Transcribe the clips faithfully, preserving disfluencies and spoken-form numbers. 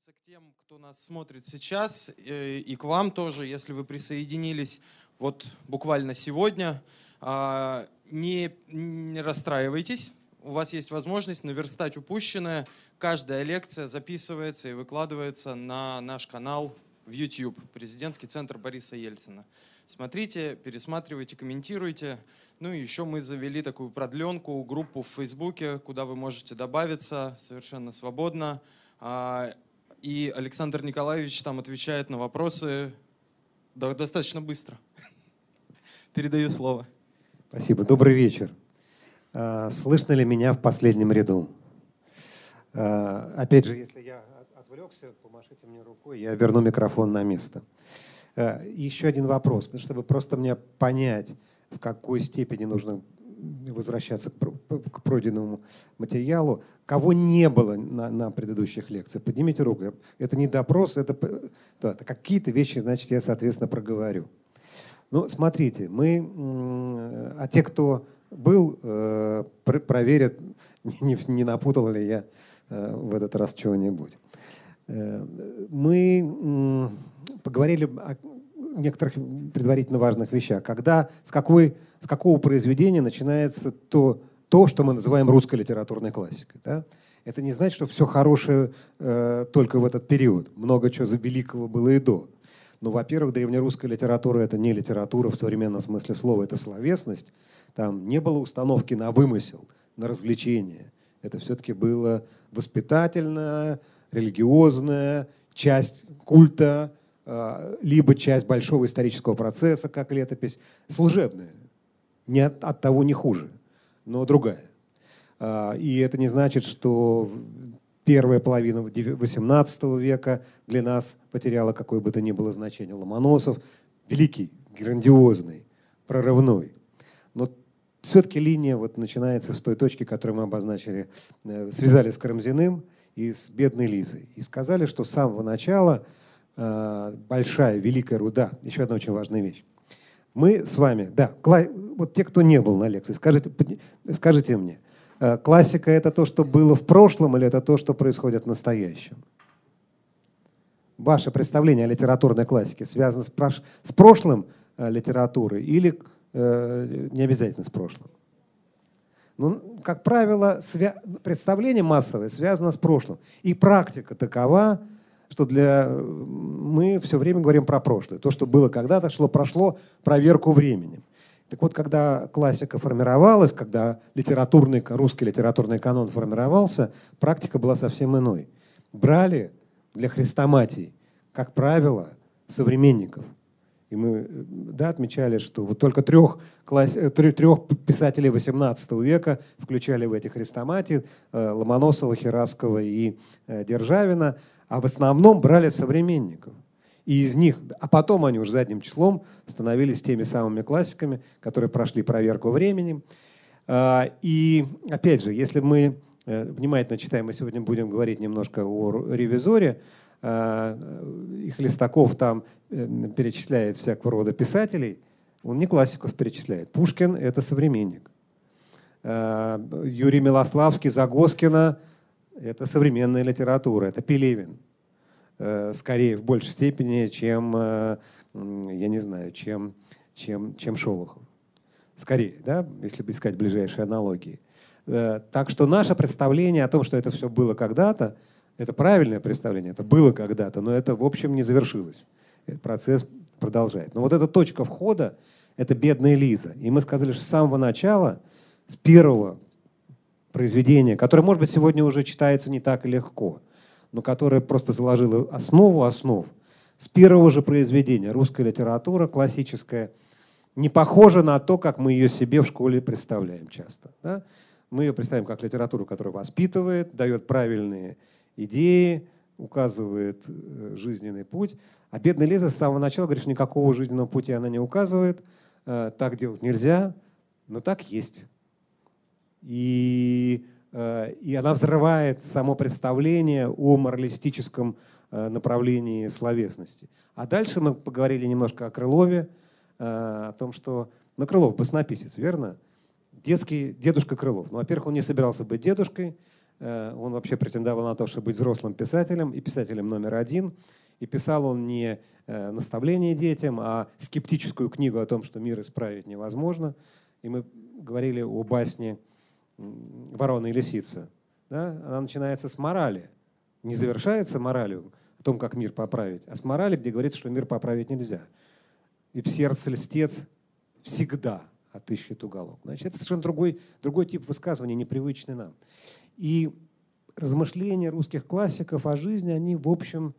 обратиться к тем, кто нас смотрит сейчас, и к вам тоже, если вы присоединились вот буквально сегодня. Не, не расстраивайтесь, у вас есть возможность наверстать упущенное. Каждая лекция записывается и выкладывается на наш канал в YouTube, Президентский центр Бориса Ельцина. Смотрите, пересматривайте, комментируйте. Ну и еще мы завели такую продленку, группу в Фейсбуке, куда вы можете добавиться совершенно свободно. И Александр Николаевич там отвечает на вопросы достаточно быстро. Передаю слово. Спасибо. Добрый вечер. Слышно ли меня в последнем ряду? Опять же, если я отвлекся, помашите мне рукой, я верну микрофон на место. Еще один вопрос, чтобы просто мне понять, в какой степени нужно возвращаться к пройденному материалу. Кого не было на, на предыдущих лекциях, поднимите руку. Это не допрос, это, да, это какие-то вещи, значит, я, соответственно, проговорю. Ну, смотрите, мы, а те, кто был, проверят, не, не напутал ли я в этот раз чего-нибудь. Мы поговорили о некоторых предварительно важных вещах. Когда, с, какой, с какого произведения начинается то, то, что мы называем русской литературной классикой. Да? Это не значит, что все хорошее э, только в этот период. Много чего за великого было и до. Но, во-первых, древнерусская литература – это не литература в современном смысле слова, это словесность. Там не было установки на вымысел, на развлечение. Это все-таки было воспитательная, религиозная часть культа, либо часть большого исторического процесса, как летопись, служебная. Не от, от того не хуже, но другая. И это не значит, что первая половина восемнадцатого века для нас потеряла какое бы то ни было значение. Ломоносов великий, грандиозный, прорывной. Но все-таки линия вот начинается с той точки, которую мы обозначили, связали с Карамзиным и с бедной Лизой. И сказали, что с самого начала большая, великая руда. Еще одна очень важная вещь. Мы с вами, да, вот те, кто не был на лекции, скажите, скажите мне, классика – это то, что было в прошлом, или это то, что происходит в настоящем? Ваше представление о литературной классике связано с, прош... с прошлым литературы или э, не обязательно с прошлым? Ну, как правило, свя... представление массовое связано с прошлым. И практика такова, что для... мы все время говорим про прошлое. То, что было когда-то, шло, прошло проверку временем. Так вот, когда классика формировалась, когда литературный, русский литературный канон формировался, практика была совсем иной. Брали для хрестоматий, как правило, современников. И мы да, отмечали, что вот только трех, класс... трех писателей восемнадцатого века включали в эти хрестоматии: Ломоносова, Хераскова и Державина. А в основном брали современников. И из них, а потом они уже задним числом становились теми самыми классиками, которые прошли проверку временем. И опять же, если мы внимательно читаем, мы сегодня будем говорить немножко о Ревизоре, и Хлестаков там перечисляет всякого рода писателей, он не классиков перечисляет. Пушкин – это современник. Юрий Милославский, Загоскина – это современная литература, это Пелевин. Скорее, в большей степени, чем, я не знаю, чем, чем, чем Шолохов. Скорее, да, если бы искать ближайшие аналогии. Так что наше представление о том, что это все было когда-то, это правильное представление, это было когда-то, но это, в общем, не завершилось. Этот процесс продолжает. Но вот эта точка входа – это бедная Лиза. И мы сказали, что с самого начала, с первого произведение, которое, может быть, сегодня уже читается не так легко, но которое просто заложило основу основ. С первого же произведения русская литература классическая не похожа на то, как мы ее себе в школе представляем часто. Да? Мы ее представляем как литературу, которая воспитывает, дает правильные идеи, указывает жизненный путь. А бедная Лиза с самого начала говорит, что никакого жизненного пути она не указывает, так делать нельзя, но так есть. И, и она взрывает само представление о моралистическом направлении словесности. А дальше мы поговорили немножко о Крылове, о том, что… Ну, Крылов баснописец, верно? Детский дедушка Крылов. Ну, во-первых, он не собирался быть дедушкой. Он вообще претендовал на то, чтобы быть взрослым писателем и писателем номер один. И писал он не наставление детям, а скептическую книгу о том, что мир исправить невозможно. И мы говорили о басне «Ворона и лисица». Да? Она начинается с морали. Не завершается моралью о том, как мир поправить, а с морали, где говорится, что мир поправить нельзя. И в сердце льстец всегда отыщет уголок. Значит, это совершенно другой, другой тип высказывания, непривычный нам. И размышления русских классиков о жизни, они, в общем,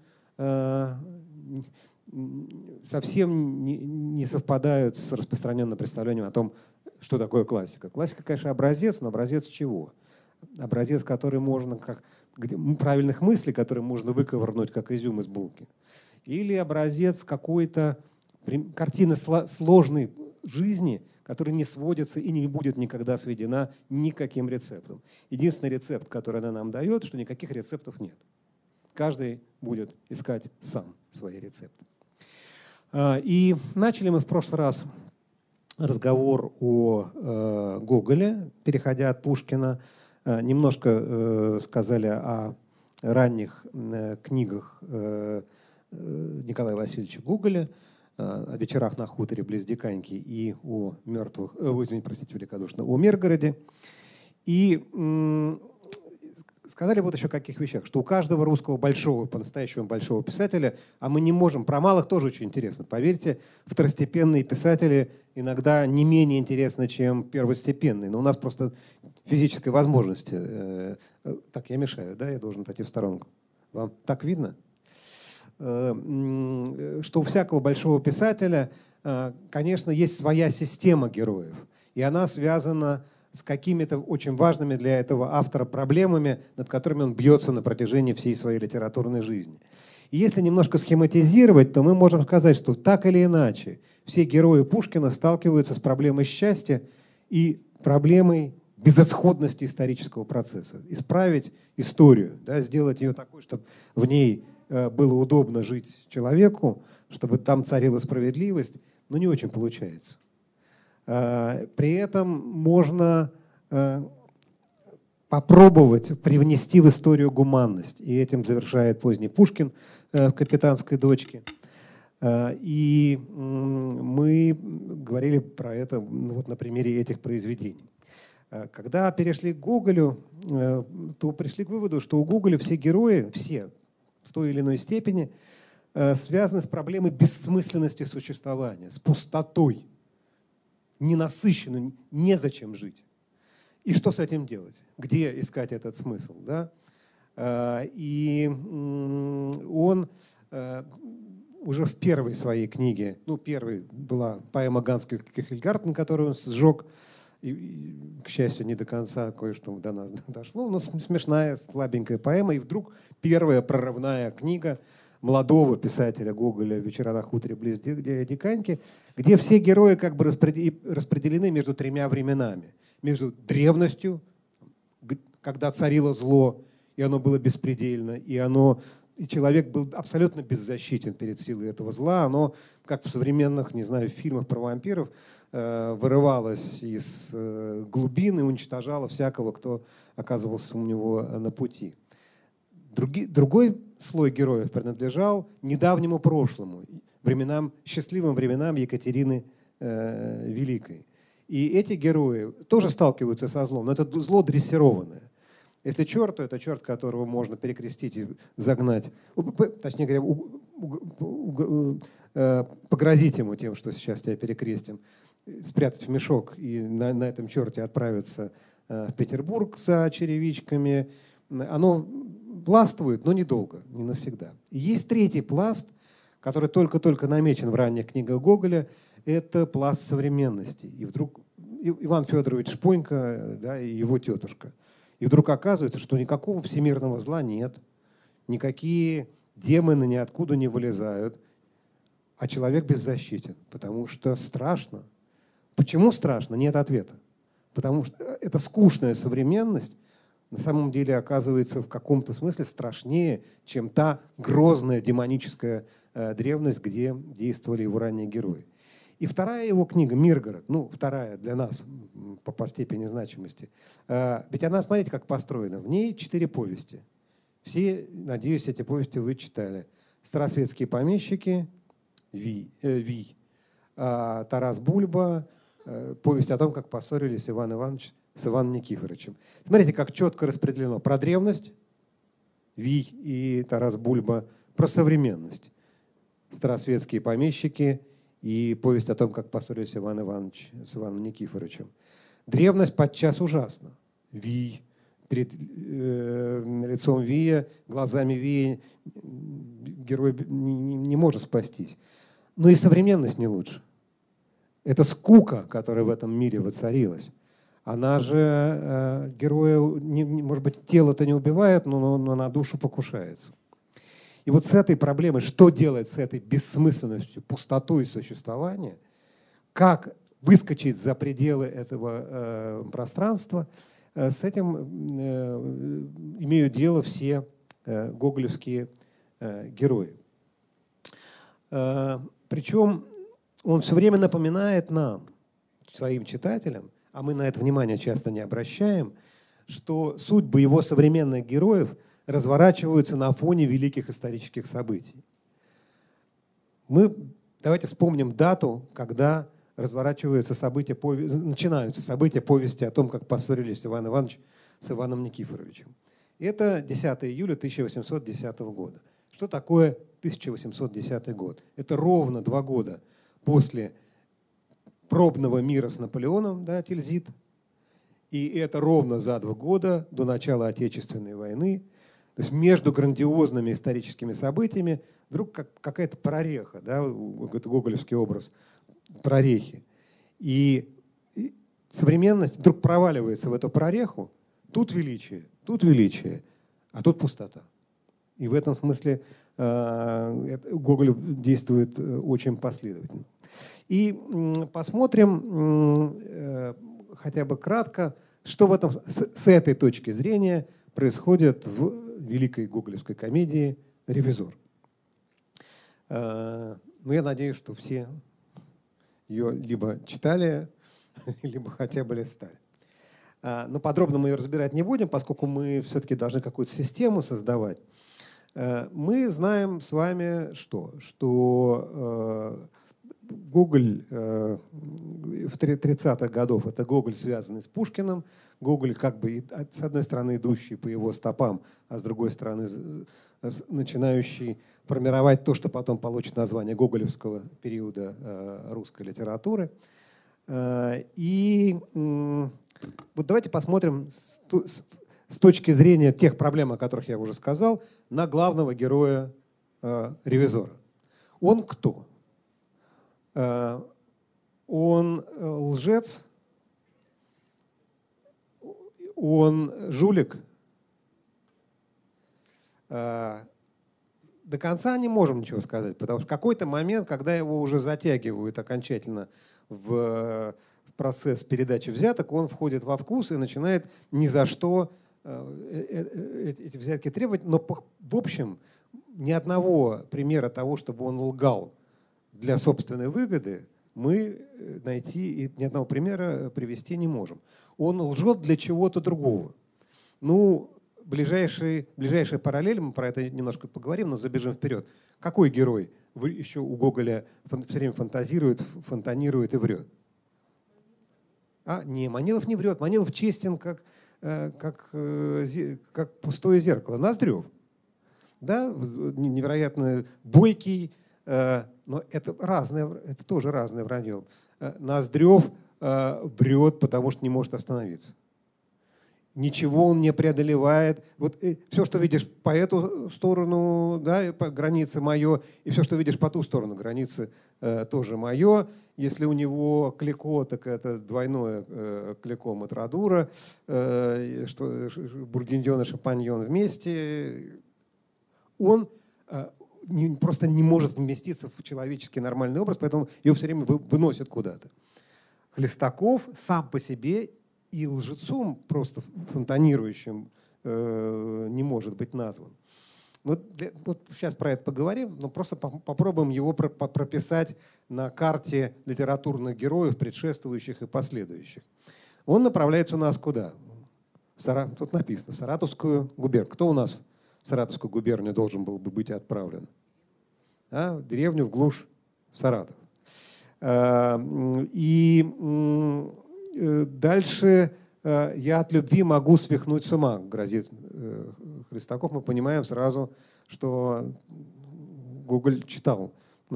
совсем не совпадают с распространенным представлением о том, что такое классика. Классика, конечно, образец, но образец чего? Образец, который можно, как правильных мыслей, которые можно выковырнуть, как изюм из булки. Или образец какой-то картины сложной жизни, которая не сводится и не будет никогда сведена никаким рецептом. Единственный рецепт, который она нам дает, что никаких рецептов нет. Каждый будет искать сам свои рецепты. И начали мы в прошлый раз разговор о э, Гоголе, переходя от Пушкина. Э, немножко э, сказали о ранних э, книгах э, Николая Васильевича Гоголя, э, о вечерах на хуторе близ Диканьки и о мертвых, э, извините, простите, великодушно, о Миргороде. И э, сказали вот еще о каких вещах, что у каждого русского большого, по-настоящему большого писателя, а мы не можем, про малых тоже очень интересно, поверьте, второстепенные писатели иногда не менее интересны, чем первостепенные, но у нас просто физической возможности. Э, э, так, я мешаю, да, я должен отойти в сторонку. Вам так видно? Э, э, что у всякого большого писателя, э, конечно, есть своя система героев, и она связана с какими-то очень важными для этого автора проблемами, над которыми он бьется на протяжении всей своей литературной жизни. И если немножко схематизировать, то мы можем сказать, что так или иначе все герои Пушкина сталкиваются с проблемой счастья и проблемой безысходности исторического процесса. Исправить историю, да, сделать ее такой, чтобы в ней было удобно жить человеку, чтобы там царила справедливость, но не очень получается. При этом можно попробовать привнести в историю гуманность. И этим завершает поздний Пушкин в «Капитанской дочке». И мы говорили про это вот на примере этих произведений. Когда перешли к Гоголю, то пришли к выводу, что у Гоголя все герои, все в той или иной степени, связаны с проблемой бессмысленности существования, с пустотой. Ненасыщенно, незачем жить. И что с этим делать? Где искать этот смысл? Да? И он уже в первой своей книге, ну, первой была поэма «Ганский Кехельгартен», которую он сжег, и, к счастью, не до конца кое-что до нас дошло, но смешная, слабенькая поэма, и вдруг первая прорывная книга молодого писателя Гоголя «Вечера на хуторе близ Диканьки», где все герои как бы распределены между тремя временами. Между древностью, когда царило зло, и оно было беспредельно, и, оно, и человек был абсолютно беззащитен перед силой этого зла. Оно, как в современных, не знаю, фильмах про вампиров, вырывалось из глубин и уничтожало всякого, кто оказывался у него на пути. Други, другой слой героев принадлежал недавнему прошлому, временам, счастливым временам Екатерины э, Великой. И эти герои тоже сталкиваются со злом, но это зло дрессированное. Если черт, то это черт, которого можно перекрестить и загнать, точнее говоря, у, у, у, э, погрозить ему тем, что сейчас тебя перекрестим, спрятать в мешок и на, на этом черте отправиться э, в Петербург за черевичками. Оно властвует, но недолго, не навсегда. И есть третий пласт, который только-только намечен в ранних книгах Гоголя, это пласт современности. И вдруг Иван Федорович Шпонька, да, и его тетушка. И вдруг оказывается, что никакого всемирного зла нет, никакие демоны ниоткуда не вылезают, а человек беззащитен, потому что страшно. Почему страшно? Нет ответа. Потому что это скучная современность на самом деле оказывается в каком-то смысле страшнее, чем та грозная демоническая э, древность, где действовали его ранние герои. И вторая его книга «Миргород», ну, вторая для нас по, по степени значимости, э, ведь она, смотрите, как построена. В ней четыре повести. Все, надеюсь, эти повести вы читали. «Старосветские помещики», «Вий», э, «Вий», э, «Тарас Бульба», э, повесть о том, как поссорились Иван Иванович с Иваном Никифоровичем. Смотрите, как четко распределено. Про древность «Вий» и Тарас Бульба, про современность «Старосветские помещики» и повесть о том, как поссорился Иван Иванович с Иваном Никифоровичем. Древность подчас ужасна. Вий, перед э, лицом Вия, глазами Вия герой не, не, не может спастись. Но и современность не лучше. Это скука, которая в этом мире воцарилась. Она же э, героя, не, не, может быть, тело-то не убивает, но, но, но на душу покушается. И вот с этой проблемой, что делать с этой бессмысленностью, пустотой существования, как выскочить за пределы этого э, пространства, э, с этим э, имеют дело все э, гоголевские э, герои. Э, причем он все время напоминает нам, своим читателям, а мы на это внимание часто не обращаем, что судьбы его современных героев разворачиваются на фоне великих исторических событий. Мы давайте вспомним дату, когда разворачиваются события, начинаются события повести о том, как поссорились Иван Иванович с Иваном Никифоровичем. Это десятое июля тысяча восемьсот десятого года. Что такое тысяча восемьсот десятый год? Это ровно два года после пробного мира с Наполеоном, да, Тильзит. И это ровно за два года до начала Отечественной войны. То есть между грандиозными историческими событиями вдруг как, какая-то прореха, да, это гоголевский образ прорехи. И, и современность вдруг проваливается в эту прореху. Тут величие, тут величие, а тут пустота. И в этом смысле э, Гоголь действует очень последовательно. И э, посмотрим э, хотя бы кратко, что в этом, с, с этой точки зрения происходит в великой гоголевской комедии «Ревизор». Э, но я надеюсь, что все ее либо читали, либо хотя бы листали. Но подробно мы ее разбирать не будем, поскольку мы все-таки должны какую-то систему создавать. Мы знаем с вами что? Что Гоголь в тридцатых годах это Гоголь, связанный с Пушкиным. Гоголь, как бы, с одной стороны, идущий по его стопам, а с другой стороны, начинающий формировать то, что потом получит название гоголевского периода русской литературы. И вот давайте посмотрим с точки зрения тех проблем, о которых я уже сказал, на главного героя «Ревизора». Он кто? Он лжец, он жулик. До конца не можем ничего сказать, потому что в какой-то момент, когда его уже затягивают окончательно в процесс передачи взяток, он входит во вкус и начинает ни за что эти взятки требовать. Но в общем ни одного примера того, чтобы он лгал для собственной выгоды, мы найти и ни одного примера привести не можем. Он лжет для чего-то другого. Ну, ближайший, ближайшая параллель, мы про это немножко поговорим, но забежим вперед. Какой герой еще у Гоголя все время фантазирует, фонтанирует и врет? А, не, Манилов не врет. Манилов честен, как, как, как пустое зеркало. Ноздрев. Да, невероятно бойкий, но это, разное, это тоже разное вранье. Ноздрев врет, потому что не может остановиться. Ничего он не преодолевает. Вот все, что видишь по эту сторону, да, по границе мое, и все, что видишь по ту сторону границы, тоже мое. Если у него клико, так это двойное клико матрадура, что бургундион и шампаньон вместе. Он не, просто не может вместиться в человеческий нормальный образ, поэтому его все время выносят куда-то. Хлестаков сам по себе и лжецом, просто фонтанирующим, э, не может быть назван. Ну, для, вот сейчас про это поговорим, но просто по попробуем его про по прописать на карте литературных героев, предшествующих и последующих. Он направляется у нас куда? В Сара... Тут написано, в Саратовскую губернию. Кто у нас в Саратовскую губернию должен был бы быть отправлен? А? В деревню, в глушь, в Саратов. И дальше «я от любви могу свихнуть с ума», грозит Хлестаков. Мы понимаем сразу, что Гоголь читал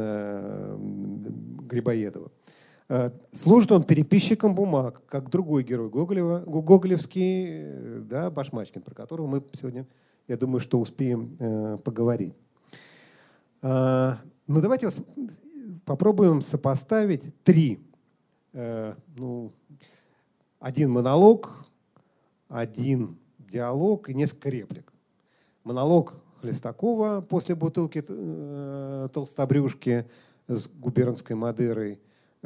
Грибоедова. Служит он переписчиком бумаг, как другой герой Гоголева, гоголевский, да, Башмачкин, про которого мы сегодня, я думаю, что успеем э, поговорить. А, ну, давайте попробуем сопоставить три. Э, ну, один монолог, один диалог и несколько реплик. Монолог Хлестакова после бутылки э, толстобрюшки с губернской Мадерой.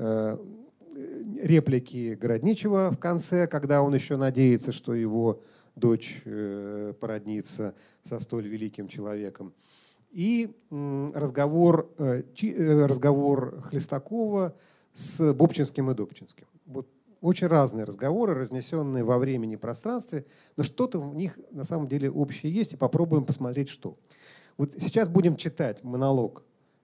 Реплики Городничева в конце, когда он еще надеется, что его дочь породнится со столь великим человеком. И разговор, разговор Хлестакова с Бобчинским и Добчинским. Вот очень разные разговоры, разнесенные во времени и пространстве, но что-то в них на самом деле общее есть, и попробуем посмотреть, что. Вот сейчас будем читать монолог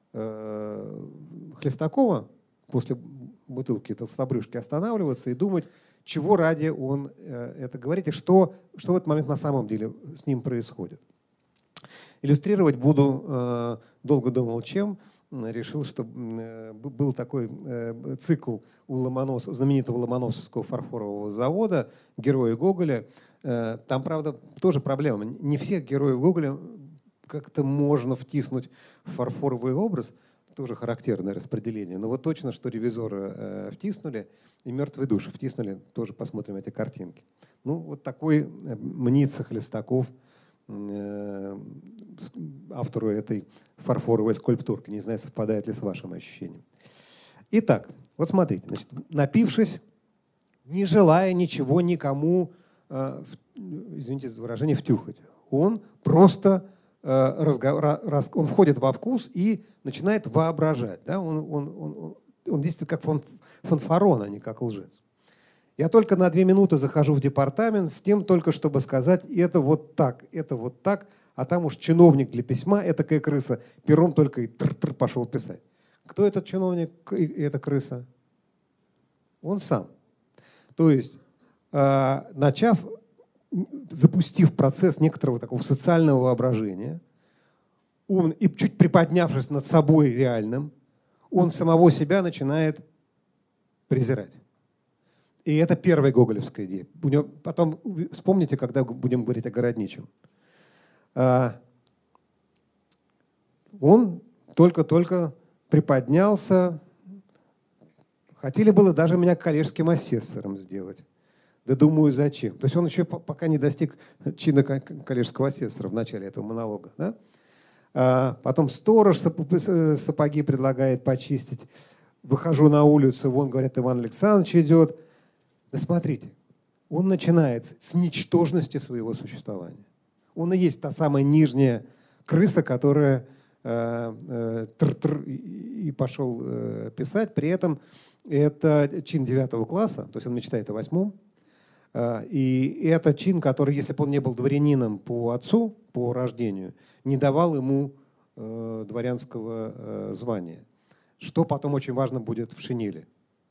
Хлестакова после бутылки толстобрюшки, останавливаться и думать, чего ради он это говорит и что, что в этот момент на самом деле с ним происходит. Иллюстрировать буду, долго думал, чем. Решил, что был такой цикл у Ломонос, знаменитого Ломоносовского фарфорового завода «Герои Гоголя». Там, правда, тоже проблема. Не всех героев Гоголя как-то можно втиснуть в фарфоровый образ. Тоже характерное распределение. Но вот точно, что ревизоры э, втиснули и мертвые души втиснули. Тоже посмотрим эти картинки. Ну, вот такой мнится Хлестаков э, автору этой фарфоровой скульптурки. Не знаю, совпадает ли с вашим ощущением. Итак, вот смотрите. Значит, напившись, не желая ничего никому, э, в, извините за выражение, втюхать, он просто... Он входит во вкус и начинает воображать. Да? Он, он, он, он действует как фан, фанфарон, а не как лжец. Я только на две минуты захожу в департамент с тем только, чтобы сказать, это вот так, это вот так, а там уж чиновник для письма, этакая крыса, пером только и тр-тр пошел писать. Кто этот чиновник и эта крыса? Он сам. То есть, э, начав... запустив процесс некоторого такого социального воображения, он, и чуть приподнявшись над собой реальным, он самого себя начинает презирать. И это первая гоголевская идея. У него, потом вспомните, когда будем говорить о Городничем. Он только-только приподнялся. Хотели было даже меня коллежским асессором сделать. Да думаю, зачем. То есть он еще пока не достиг чина коллежского асессора в начале этого монолога. Да? А потом сторож сапоги предлагает почистить. Выхожу на улицу, вон, говорят, Иван Александрович идет. Да смотрите, он начинает с ничтожности своего существования. Он и есть та самая нижняя крыса, которая э, э, тр-тр и пошел э, писать. При этом это чин девятого класса, то есть он мечтает о восьмом. И это чин, который, если бы он не был дворянином по отцу, по рождению, не давал ему э, дворянского э, звания. Что потом очень важно будет в шинели.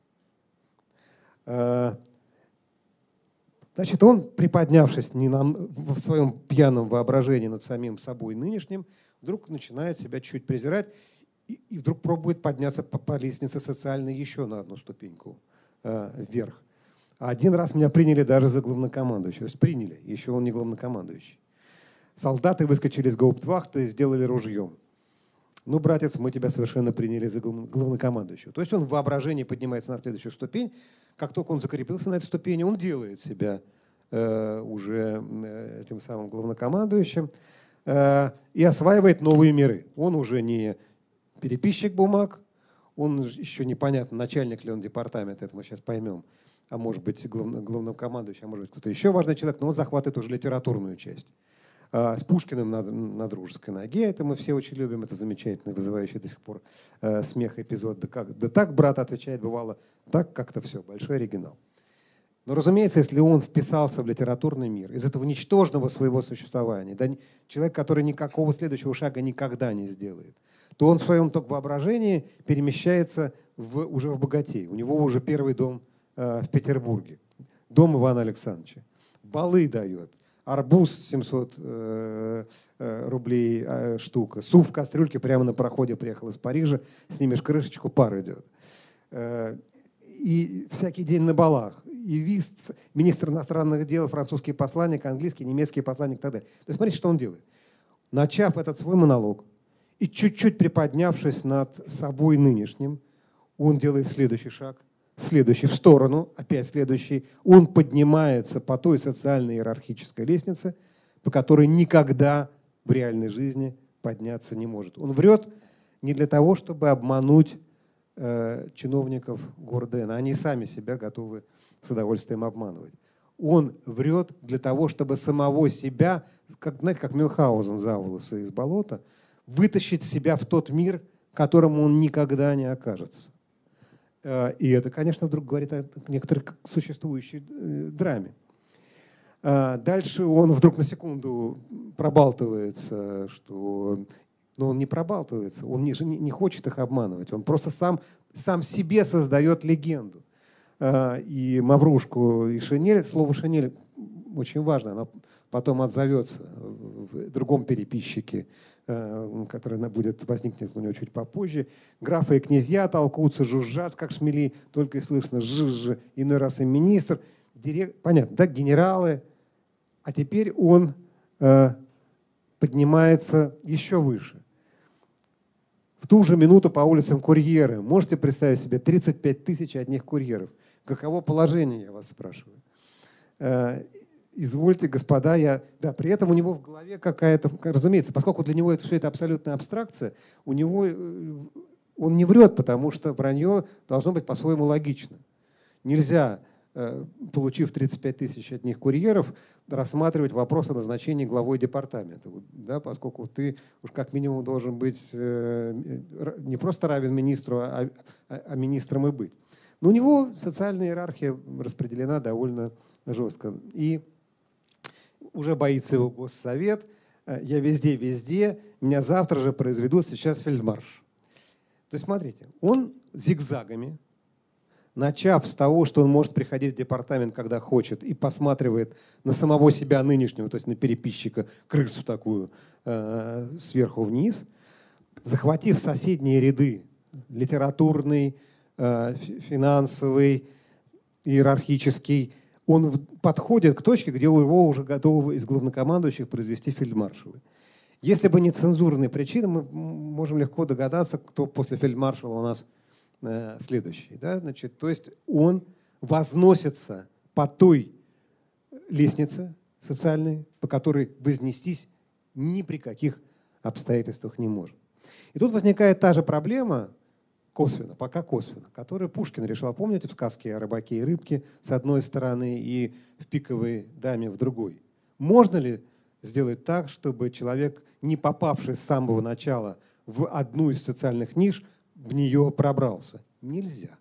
Э, значит, он, приподнявшись не на, в своем пьяном воображении над самим собой нынешним, вдруг начинает себя чуть презирать и, и вдруг пробует подняться по, по лестнице социальной еще на одну ступеньку э, вверх. Один раз меня приняли даже за главнокомандующего. То есть приняли, еще он не главнокомандующий. Солдаты выскочили из гауптвахты и сделали ружьем. Ну, братец, мы тебя совершенно приняли за главнокомандующего. То есть он в воображении поднимается на следующую ступень. Как только он закрепился на этой ступени, он делает себя э, уже э, тем самым главнокомандующим э, и осваивает новые миры. Он уже не переписчик бумаг, он еще непонятно, начальник ли он департамента, это мы сейчас поймем. А может быть главнокомандующий, а может быть кто-то еще важный человек, но он захватывает уже литературную часть. С Пушкиным на, на дружеской ноге, это мы все очень любим, это замечательный, вызывающий до сих пор э, смех эпизод. Да, как, да так, брат, отвечает, бывало, так как-то все, большой оригинал. Но, разумеется, если он вписался в литературный мир из этого ничтожного своего существования, да, человек, который никакого следующего шага никогда не сделает, то он в своем только воображении перемещается в, уже в богатей. У него уже первый дом э, в Петербурге, дом Ивана Александровича, балы дает. Арбуз семьсот э, э, рублей э, штука. Суп в кастрюльке прямо на проходе приехал из Парижа. Снимешь крышечку, пар идет. Э, и всякий день на балах. И вист, министр иностранных дел, французский посланник, английский, немецкий посланник и так далее. То есть смотрите, что он делает. Начав этот свой монолог и чуть-чуть приподнявшись над собой нынешним, он делает следующий шаг. Следующий в сторону, опять следующий, он поднимается по той социальной иерархической лестнице, по которой никогда в реальной жизни подняться не может. Он врет не для того, чтобы обмануть э, чиновников города N. Они сами себя готовы с удовольствием обманывать. Он врет для того, чтобы самого себя, как, знаете, как Мюнхгаузен за волосы из болота, вытащить себя в тот мир, в котором он никогда не окажется. И это, конечно, вдруг говорит о некоторой существующей драме. Дальше он вдруг на секунду пробалтывается, что... Но он не пробалтывается, он не, не хочет их обманывать, он просто сам, сам себе создает легенду. И Маврушку, и Шинель, слово «шинель» очень важно, оно потом отзовется в другом переписчике, который будет, возникнет у него чуть попозже. Графы и князья толкутся, жужжат, как шмели, только и слышно жжж, иной раз и министр. Директ... Понятно, да, генералы. А теперь он э, поднимается еще выше. В ту же минуту по улицам курьеры. Можете представить себе тридцать пять тысяч одних курьеров. Каково положение, я вас спрашиваю? Э, Извольте, господа, я... Да, при этом у него в голове какая-то... Разумеется, поскольку для него это все это абсолютная абстракция, у него... Он не врет, потому что вранье должно быть по-своему логично. Нельзя, получив тридцать пять тысяч одних курьеров, рассматривать вопрос о назначении главой департамента. Да, поскольку ты уж как минимум должен быть не просто равен министру, а, а министром и быть. Но у него социальная иерархия распределена довольно жестко. И уже боится его Госсовет. Я везде-везде. Меня завтра же произведут сейчас фельдмарш. То есть, смотрите, он зигзагами, начав с того, что он может приходить в департамент, когда хочет, и посматривает на самого себя нынешнего, то есть на переписчика, крысу такую э, сверху вниз, захватив соседние ряды, литературный, э, финансовый, иерархический, он подходит к точке, где у него уже готовы из главнокомандующих произвести фельдмаршалы. Если бы не цензурные причины, мы можем легко догадаться, кто после фельдмаршала у нас э, следующий. Да? Значит, то есть он возносится по той лестнице социальной, по которой вознестись ни при каких обстоятельствах не может. И тут возникает та же проблема, косвенно, пока косвенно, которую Пушкин решил, помните, в сказке о рыбаке и рыбке с одной стороны и в «Пиковой даме» в другой. Можно ли сделать так, чтобы человек, не попавший с самого начала в одну из социальных ниш, в нее пробрался? Нельзя.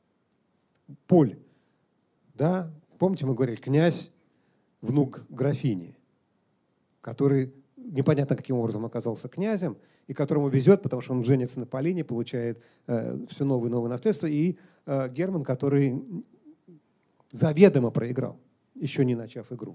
Поль, да, помните, мы говорили, князь, внук графини, который непонятно каким образом оказался князем, и которому везет, потому что он женится на Полине, получает э, все новое и новое наследство, и э, Герман, который заведомо проиграл, еще не начав игру.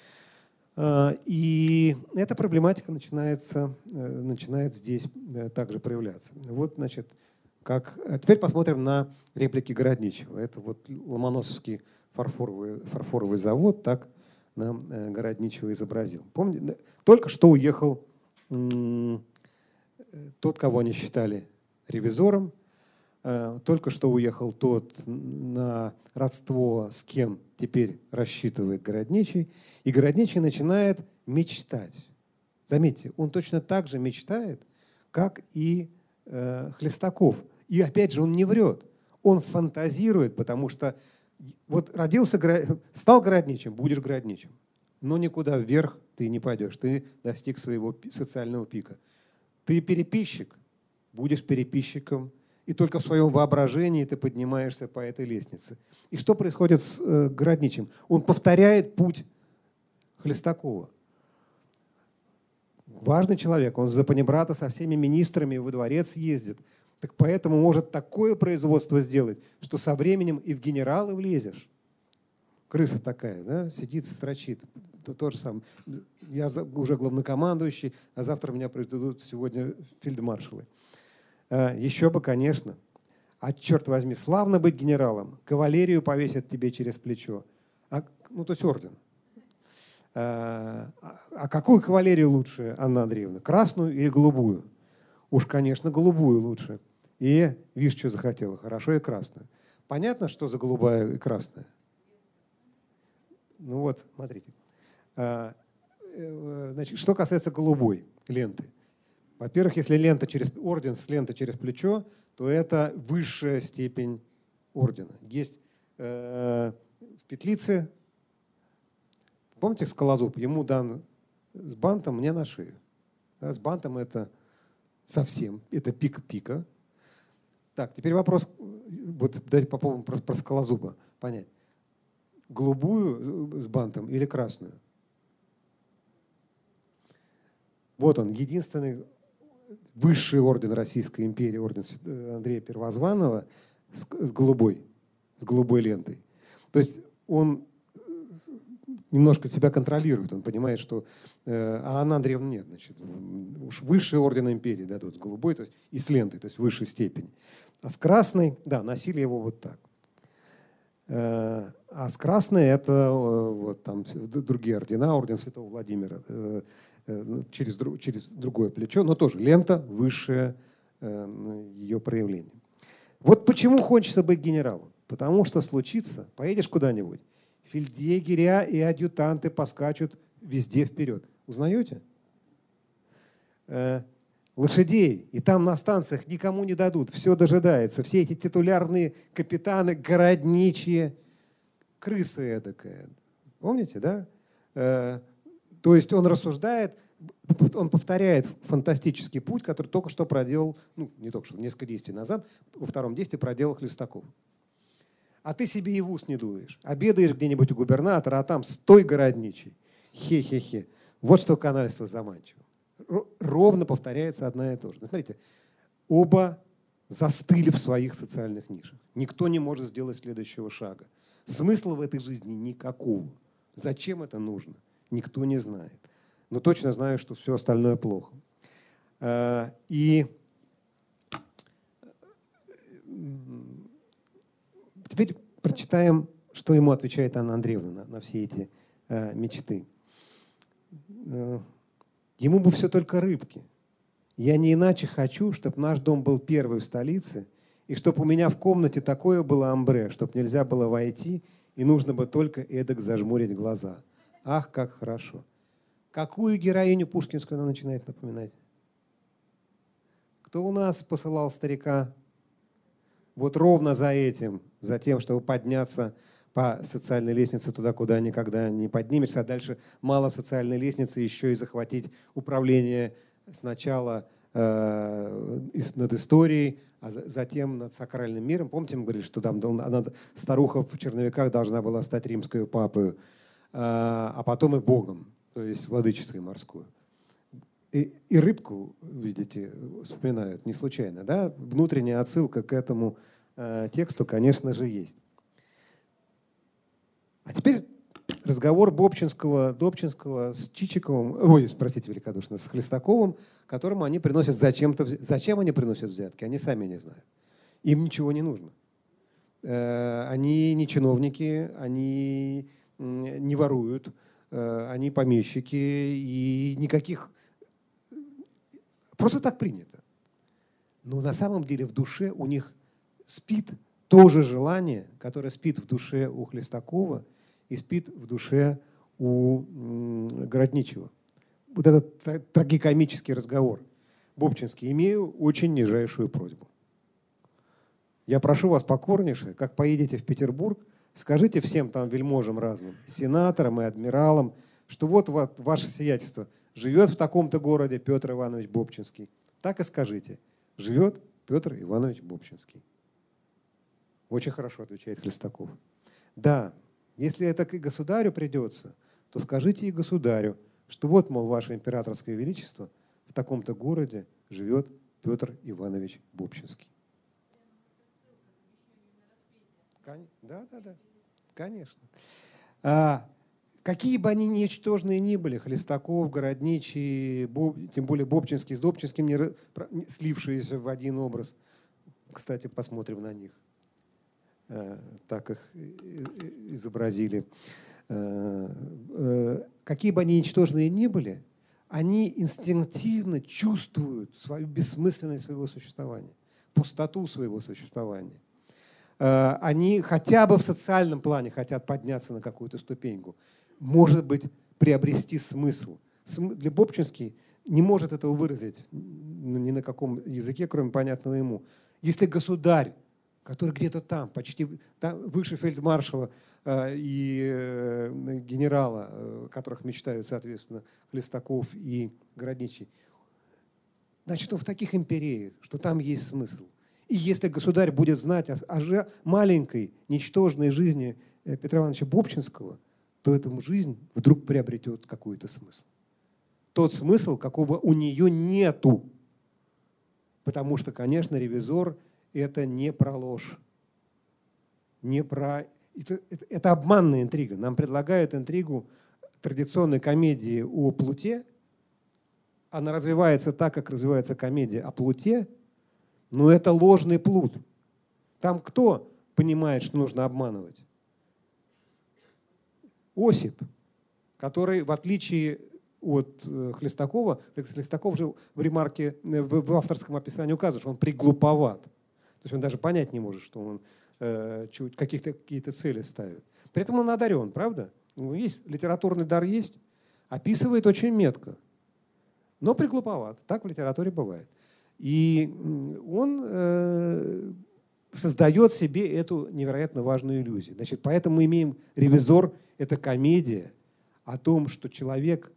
Э, и эта проблематика начинается, э, начинает здесь э, также проявляться. Вот, значит, как... Теперь посмотрим на реплики Городничего. Это вот Ломоносовский фарфоровый, фарфоровый завод, так нам э, Городничего изобразил. Помните, только что уехал м- тот, кого они считали ревизором, э, только что уехал тот, на родство с кем теперь рассчитывает Городничий, и Городничий начинает мечтать. Заметьте, он точно так же мечтает, как и э, Хлестаков. И опять же, он не врет, он фантазирует, потому что вот родился, стал городничим, будешь городничим. Но никуда вверх ты не пойдешь. Ты достиг своего социального пика. Ты переписчик, будешь переписчиком, и только в своем воображении ты поднимаешься по этой лестнице. И что происходит с э, Городничим? Он повторяет путь Хлестакова. Важный человек, он за панибрата со всеми министрами во дворец ездит. Так поэтому может такое производство сделать, что со временем и в генералы влезешь. Крыса такая, да, сидит, строчит. То, то же самое. Я уже главнокомандующий, а завтра меня приведут сегодня фельдмаршалы. А, еще бы, конечно. А черт возьми, славно быть генералом. Кавалерию повесят тебе через плечо. А, ну, то есть орден. А, а какую кавалерию лучше, Анна Андреевна? Красную или голубую? Уж, конечно, голубую лучше. И, видишь, что захотела, хорошо и красную. Понятно, что за голубая и красная? Ну вот, смотрите. Значит, что касается голубой ленты. Во-первых, если лента через орден с лентой через плечо, то это высшая степень ордена. Есть э, в петлице, помните, скалозуб, ему дан с бантом, мне на шею. Да, с бантом это совсем, это пик пика. Так, теперь вопрос, вот дайте попробуем про, про скалозуба понять. Голубую с бантом или красную? Вот он, единственный высший орден Российской империи, орден Андрея Первозванного с, с голубой, с голубой лентой. То есть он немножко себя контролирует, он понимает, что… Э, а Анна Андреевна нет, значит, уж высший орден империи, да, тут с голубой, то есть и с лентой, то есть высшей степени. А с красной, да, носили его вот так. Э, а с красной это э, вот там другие ордена, орден Святого Владимира, э, э, через, через другое плечо, но тоже лента высшее э, ее проявление. Вот почему хочется быть генералом. Потому что случится, поедешь куда-нибудь, фельдъегеря и адъютанты поскачут везде вперед. Узнаете? Э, лошадей. И там на станциях никому не дадут. Все дожидается. Все эти титулярные капитаны, городничие. Крыса эдакая. Помните, да? Э, то есть он рассуждает, он повторяет фантастический путь, который только что проделал, ну, не только что, несколько действий назад, во втором действии проделал Хлестаков. А ты себе и в ус не дуешь. Обедаешь где-нибудь у губернатора, а там стой городничий. Хе-хе-хе. Вот что канальство заманчиво. Ровно повторяется одна и то же. Смотрите, оба застыли в своих социальных нишах. Никто не может сделать следующего шага. Смысла в этой жизни никакого. Зачем это нужно? Никто не знает. Но точно знаю, что все остальное плохо. И теперь прочитаем, что ему отвечает Анна Андреевна на, на все эти э, мечты. Э, ему бы все только рыбки. Я не иначе хочу, чтобы наш дом был первый в столице, и чтобы у меня в комнате такое было амбре, чтобы нельзя было войти, и нужно бы только эдак зажмурить глаза. Ах, как хорошо. Какую героиню пушкинскую она начинает напоминать? Кто у нас посылал старика? Вот ровно за этим, за тем, чтобы подняться по социальной лестнице туда, куда никогда не поднимешься, а дальше мало социальной лестницы, еще и захватить управление сначала э, над историей, а затем над сакральным миром. Помните, мы говорили, что там она, старуха в черновиках должна была стать римской папой, э, а потом и богом, то есть владычицей морской. И, и рыбку, видите, вспоминают не случайно. Да? Внутренняя отсылка к этому э, тексту, конечно же, есть. А теперь разговор Бобчинского, Добчинского с Чичиковым, ой, простите великодушно, с Хлестаковым, которому они приносят зачем-то… Зачем они приносят взятки? Они сами не знают. Им ничего не нужно. Э, они не чиновники, они не воруют, э, они помещики, и никаких… Просто так принято. Но на самом деле в душе у них спит то же желание, которое спит в душе у Хлестакова и спит в душе у Городничего. Вот этот трагикомический разговор. Бобчинский, имею очень нижайшую просьбу. Я прошу вас покорнейше, как поедете в Петербург, скажите всем там вельможам разным, сенаторам и адмиралам, что вот, вот ваше сиятельство живет в таком-то городе Петр Иванович Бобчинский, так и скажите: живет Петр Иванович Бобчинский. Очень хорошо отвечает Хлестаков. Да, если это к государю придется, то скажите и государю, что вот, мол, ваше императорское величество, в таком-то городе живет Петр Иванович Бобчинский. Да, да, да, конечно. А, какие бы они ничтожные ни были, Хлестаков, Городничий, Боб, тем более Бобчинский с Добчинским, не, слившиеся в один образ, кстати, посмотрим на них. А, так их изобразили. Какие бы они ничтожные ни были, они инстинктивно чувствуют свою бессмысленность своего существования, пустоту своего существования. Они хотя бы в социальном плане хотят подняться на какую-то ступеньку, может быть, приобрести смысл. Для Бобчинский не может этого выразить ни на каком языке, кроме понятного ему. Если государь, который где-то там, почти там, выше фельдмаршала э, и э, генерала, э, которых мечтают, соответственно, Хлестаков и Городничий, значит, он в таких империях, что там есть смысл. И если государь будет знать о, о маленькой, ничтожной жизни Петра Ивановича Бобчинского, то эта жизнь вдруг приобретет какой-то смысл. Тот смысл, какого у нее нету. Потому что, конечно, «Ревизор» — это не про ложь, не про... Это, это, это обманная интрига. Нам предлагают интригу традиционной комедии о плуте. Она развивается так, как развивается комедия о плуте, но это ложный плут. Там кто понимает, что нужно обманывать? Осип, который, в отличие от Хлестакова, Хлестаков же в ремарке, в, в авторском описании указывает, что он приглуповат. То есть он даже понять не может, что он э, каких-то, какие-то цели ставит. При этом он одарен, правда? Есть, литературный дар есть, описывает очень метко, но приглуповат. Так в литературе бывает. И он э, создает себе эту невероятно важную иллюзию. Значит, поэтому мы имеем «Ревизор» — это комедия о том, что человек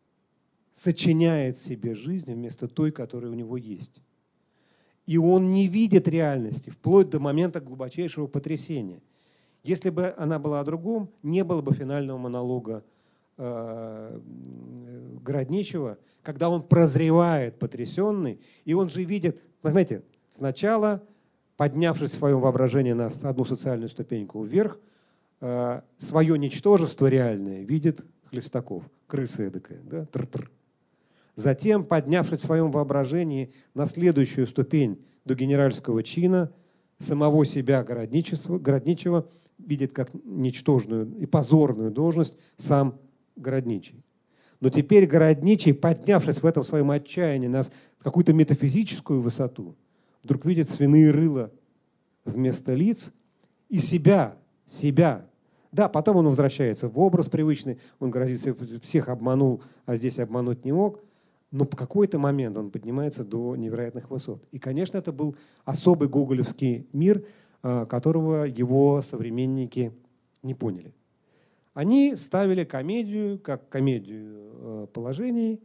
сочиняет себе жизнь вместо той, которая у него есть. И он не видит реальности вплоть до момента глубочайшего потрясения. Если бы она была о другом, не было бы финального монолога э, Городничего, когда он прозревает потрясенный, и он же видит, понимаете, сначала, поднявшись в своем воображении на одну социальную ступеньку вверх, э, свое ничтожество реальное видит Хлестаков, крыса эдакая, да, тр-тр. Затем, поднявшись в своем воображении на следующую ступень до генеральского чина, самого себя Городничего, Городничего видит как ничтожную и позорную должность сам Городничий. Но теперь Городничий, поднявшись в этом своем отчаянии на какую-то метафизическую высоту, вдруг видит свиные рыла вместо лиц и себя, себя. Да, потом он возвращается в образ привычный, он грозится, всех обманул, а здесь обмануть не мог. Но в какой-то момент он поднимается до невероятных высот. И, конечно, это был особый гоголевский мир, которого его современники не поняли. Они ставили комедию как комедию положений,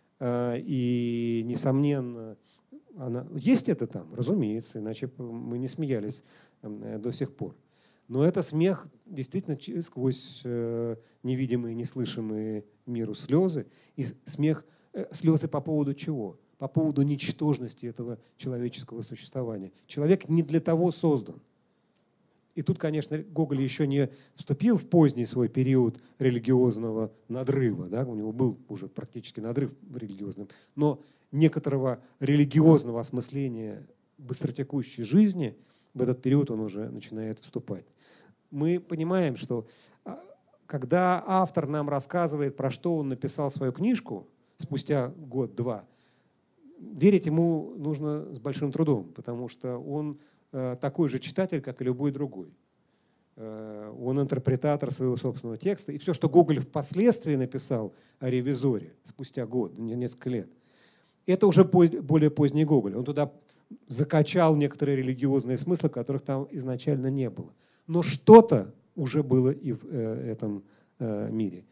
и, несомненно, она... есть это там, разумеется, иначе мы не смеялись до сих пор. Но это смех действительно сквозь невидимые, неслышимые миру слезы, и смех слезы по поводу чего? По поводу ничтожности этого человеческого существования. Человек не для того создан. И тут, конечно, Гоголь еще не вступил в поздний свой период религиозного надрыва. Да? У него был уже практически надрыв религиозным. Но некоторого религиозного осмысления быстротекущей жизни в этот период он уже начинает вступать. Мы понимаем, что когда автор нам рассказывает, про что он написал свою книжку, спустя год-два, верить ему нужно с большим трудом, потому что он э, такой же читатель, как и любой другой. Э, он интерпретатор своего собственного текста. И все, что Гоголь впоследствии написал о «Ревизоре», спустя год, несколько лет, это уже поз, более поздний Гоголь. Он туда закачал некоторые религиозные смыслы, которых там изначально не было. Но что-то уже было и в э, этом э, мире.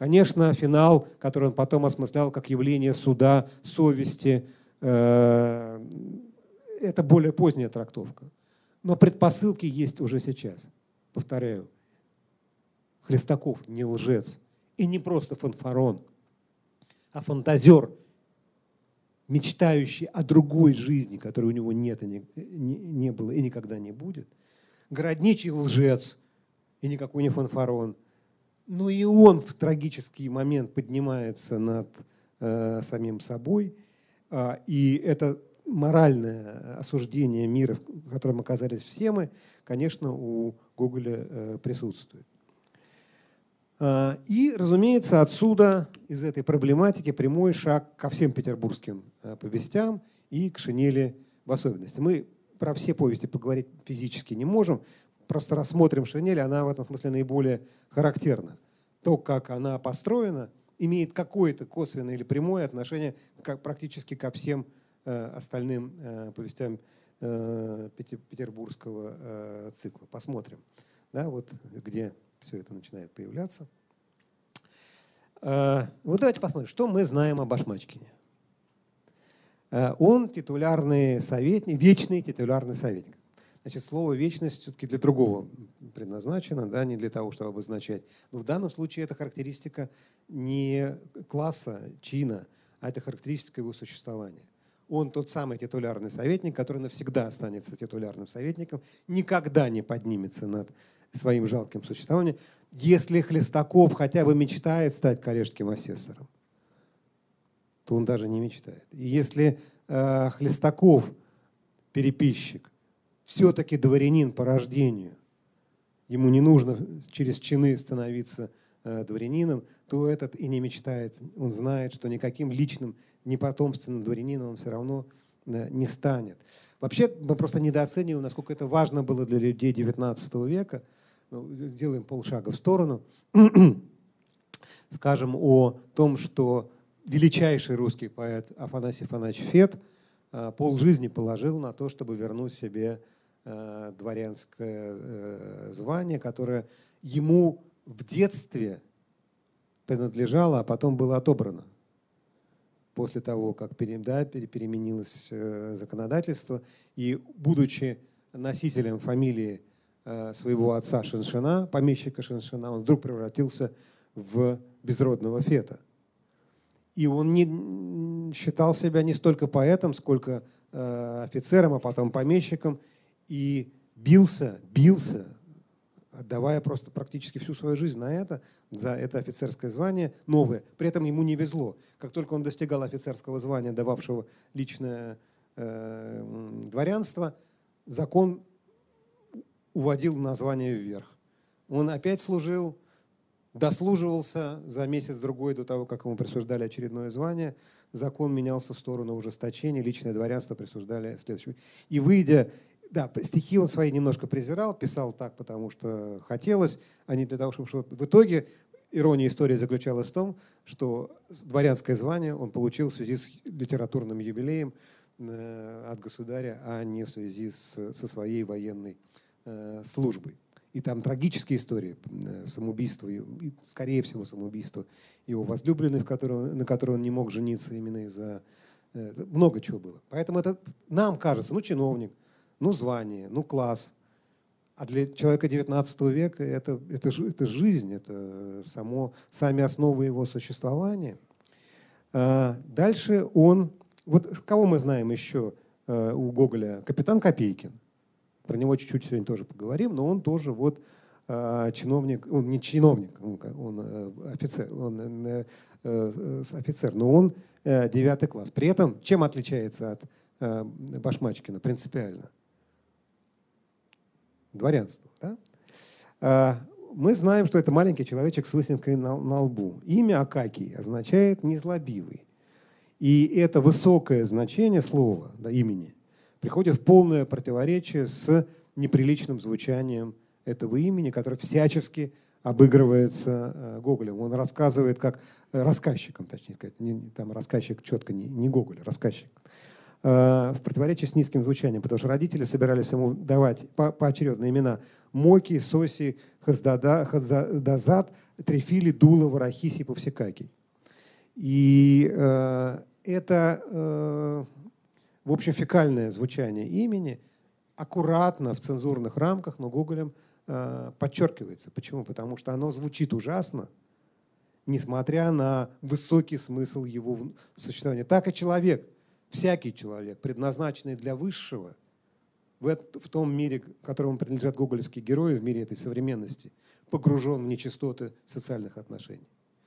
Конечно, финал, который он потом осмыслял как явление суда, совести, это более поздняя трактовка. Но предпосылки есть уже сейчас. Повторяю, Хлестаков не лжец и не просто фанфарон, а фантазер, мечтающий о другой жизни, которой у него нет и не, не, не было и никогда не будет. Городничий лжец и никакой не фанфарон. Но и он в трагический момент поднимается над э, самим собой. Э, и это моральное осуждение мира, в котором оказались все мы, конечно, у Гоголя э, присутствует. Э, и, разумеется, отсюда, из этой проблематики, прямой шаг ко всем петербургским э, повестям и к «Шинели» в особенности. Мы про все повести поговорить физически не можем. Просто рассмотрим «Шинель», она в этом смысле наиболее характерна. То, как она построена, имеет какое-то косвенное или прямое отношение к, практически ко всем э, остальным э, повестям э, петербургского э, цикла. Посмотрим, да, вот где все это начинает появляться. Э, вот давайте посмотрим, что мы знаем о Башмачкине. Э, он титулярный советник, вечный титулярный советник. Значит, слово «вечность» все-таки для другого предназначено, да, не для того, чтобы обозначать. Но в данном случае это характеристика не класса, чина, а это характеристика его существования. Он тот самый титулярный советник, который навсегда останется титулярным советником, никогда не поднимется над своим жалким существованием, если Хлестаков хотя бы мечтает стать коллежским асессором, то он даже не мечтает. И если э, Хлестаков, переписчик, все-таки дворянин по рождению, ему не нужно через чины становиться э, дворянином, то этот и не мечтает. Он знает, что никаким личным, непотомственным дворянином он все равно э, не станет. Вообще мы просто недооцениваем, насколько это важно было для людей девятнадцатого века. Ну, делаем полшага в сторону. Скажем о том, что величайший русский поэт Афанасий Афанасьевич Фет полжизни положил на то, чтобы вернуть себе э, дворянское э, звание, которое ему в детстве принадлежало, а потом было отобрано. После того, как пере, да, переменилось э, законодательство. И, будучи носителем фамилии э, своего отца Шиншина, помещика Шиншина, он вдруг превратился в безродного Фета. И он не считал себя не столько поэтом, сколько э, офицером, а потом помещиком. И бился, бился, отдавая просто практически всю свою жизнь на это, за это офицерское звание новое. При этом ему не везло. Как только он достигал офицерского звания, дававшего личное э, дворянство, закон уводил название вверх. Он опять служил, дослуживался за месяц-другой до того, как ему присуждали очередное звание. Закон менялся в сторону ужесточения, личное дворянство присуждали следующее. И выйдя, да, стихи он свои немножко презирал, писал так, потому что хотелось, а не для того, чтобы что-то... В итоге ирония истории заключалась в том, что дворянское звание он получил в связи с литературным юбилеем от государя, а не в связи с, со своей военной э, службой. И там трагические истории, самоубийство, скорее всего, самоубийство его возлюбленной, в которой, на которой он не мог жениться именно из-за... Много чего было. Поэтому это нам кажется, ну, чиновник, ну, звание, ну, класс. А для человека девятнадцатого века это, это, это жизнь, это само, сами основы его существования. Дальше он... Вот кого мы знаем еще у Гоголя? Капитан Копейкин. Про него чуть-чуть сегодня тоже поговорим, но он тоже вот э, чиновник, он не чиновник, он, он э, офицер, он э, э, офицер, но он э, девятый класс. При этом чем отличается от э, Башмачкина принципиально? Дворянство. Да? Э, мы знаем, что это маленький человечек с лысинкой на, на лбу. Имя Акакий означает незлобивый. И это высокое значение слова, да, имени приходит в полное противоречие с неприличным звучанием этого имени, которое всячески обыгрывается Гоголем. Он рассказывает как рассказчиком, точнее сказать, не, там рассказчик четко не, не Гоголь, рассказчик. в противоречии с низким звучанием, потому что родители собирались ему давать по поочередно имена Моки, Соси, Хаздада, Хаздазад, Трефили, Дула, Варахиси, Повсекакий. И э, это, э, в общем, фекальное звучание имени аккуратно в цензурных рамках, но Гоголем э, подчеркивается. Почему? Потому что оно звучит ужасно, несмотря на высокий смысл его существования. Так и человек, всякий человек, предназначенный для высшего, в, это, в том мире, которому принадлежат гоголевские герои, в мире этой современности, погружен в нечистоты социальных отношений.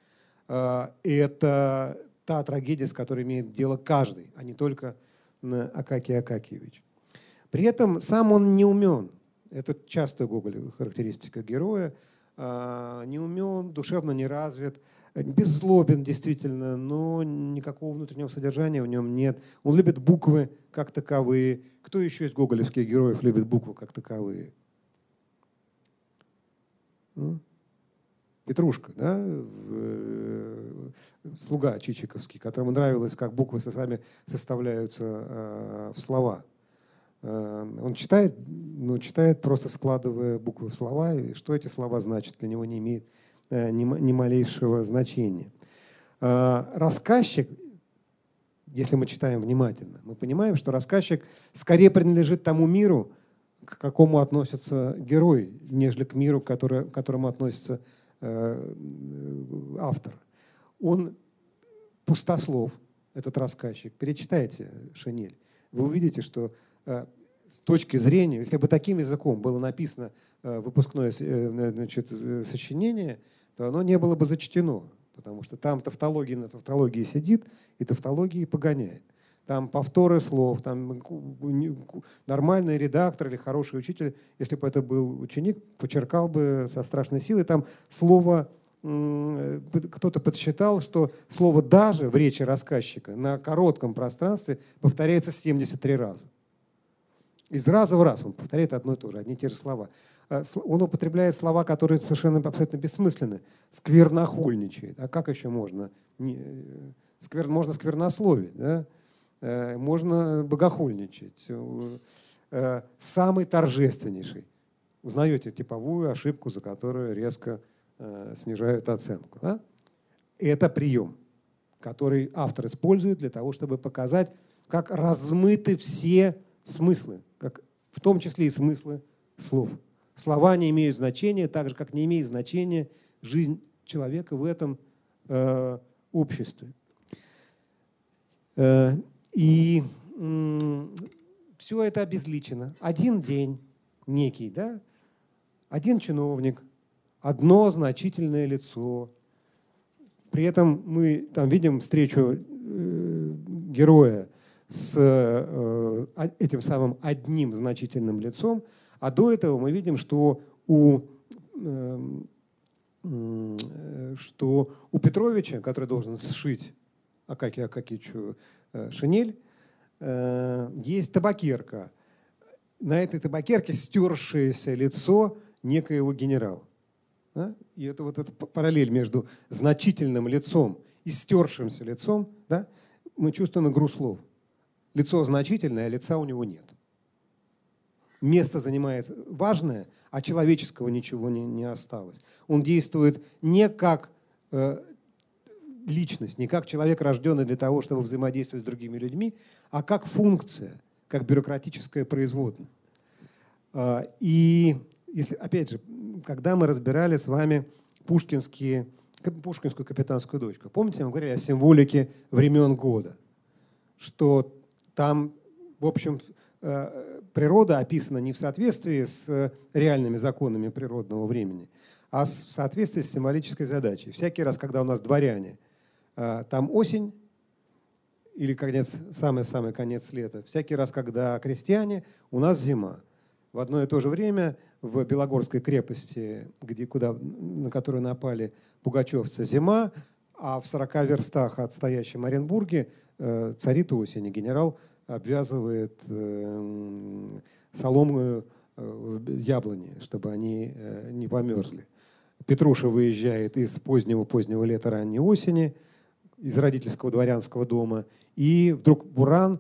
Это та трагедия, с которой имеет дело каждый, а не только Акакий Акакиевич. При этом сам он не умен. Это частая Гоголя характеристика героя. Не умен, душевно не развит, беззлобен действительно, но никакого внутреннего содержания в нем нет. Он любит буквы как таковые. Кто еще из гоголевских героев любит буквы как таковые? Петрушка, да? Слуга чичиковский, которому нравилось, как буквы сами составляются в слова. Он читает, ну, читает, просто складывая буквы в слова, и что эти слова значат, для него не имеет ни, ни малейшего значения. Рассказчик, если мы читаем внимательно, мы понимаем, что рассказчик скорее принадлежит тому миру, к какому относится герой, нежели к миру, который, к которому относится э, автор. Он пустослов, этот рассказчик. Перечитайте «Шинель». Вы увидите, что с точки зрения, если бы таким языком было написано выпускное, значит, сочинение, то оно не было бы зачтено, потому что там тавтология на тавтологии сидит и тавтологии погоняет. Там повторы слов, там нормальный редактор или хороший учитель, если бы это был ученик, подчеркал бы со страшной силой. Там слово, кто-то подсчитал, что слово «даже» в речи рассказчика на коротком пространстве повторяется семьдесят три раза. Из раза в раз он повторяет одно и то же, одни и те же слова. Он употребляет слова, которые совершенно абсолютно бессмысленны. Сквернохульничает. А как еще можно? Сквер... Можно сквернословить, да? Можно богохульничать. Самый торжественнейший. Узнаете типовую ошибку, за которую резко снижают оценку. Да? Это прием, который автор использует для того, чтобы показать, как размыты все смыслы, как, в том числе и смыслы слов. Слова не имеют значения, так же, как не имеет значения жизнь человека в этом э, обществе. Э, и э, все это обезличено. Один день некий, да? Один чиновник, одно значительное лицо. При этом мы там видим встречу э, героя с э, этим самым одним значительным лицом, а до этого мы видим, что у, э, э, что у Петровича, который должен сшить Акакию Акакичу э, шинель, э, есть табакерка. На этой табакерке стершееся лицо некоего генерала. Да? И это вот эта параллель между значительным лицом и стершимся лицом, да? Мы чувствуем игру слов. Лицо значительное, а лица у него нет. Место занимает важное, а человеческого ничего не, не осталось. Он действует не как э, личность, не как человек, рожденный для того, чтобы взаимодействовать с другими людьми, а как функция, как бюрократическое производное. Э, и, если, опять же, когда мы разбирали с вами пушкинские, пушкинскую «Капитанскую дочку», помните, мы говорили о символике времен года, что там, в общем, природа описана не в соответствии с реальными законами природного времени, а в соответствии с символической задачей. Всякий раз, когда у нас дворяне, там осень или конец, самый-самый конец лета, всякий раз, когда крестьяне, у нас зима. В одно и то же время в Белогорской крепости, где, куда, на которую напали пугачевцы, зима, а в сорока верстах от стоящем Оренбурге э, царит осень, и генерал обвязывает э, соломою э, яблони, чтобы они э, не померзли. Петруша выезжает из позднего-позднего лета, ранней осени, из родительского дворянского дома, и вдруг буран,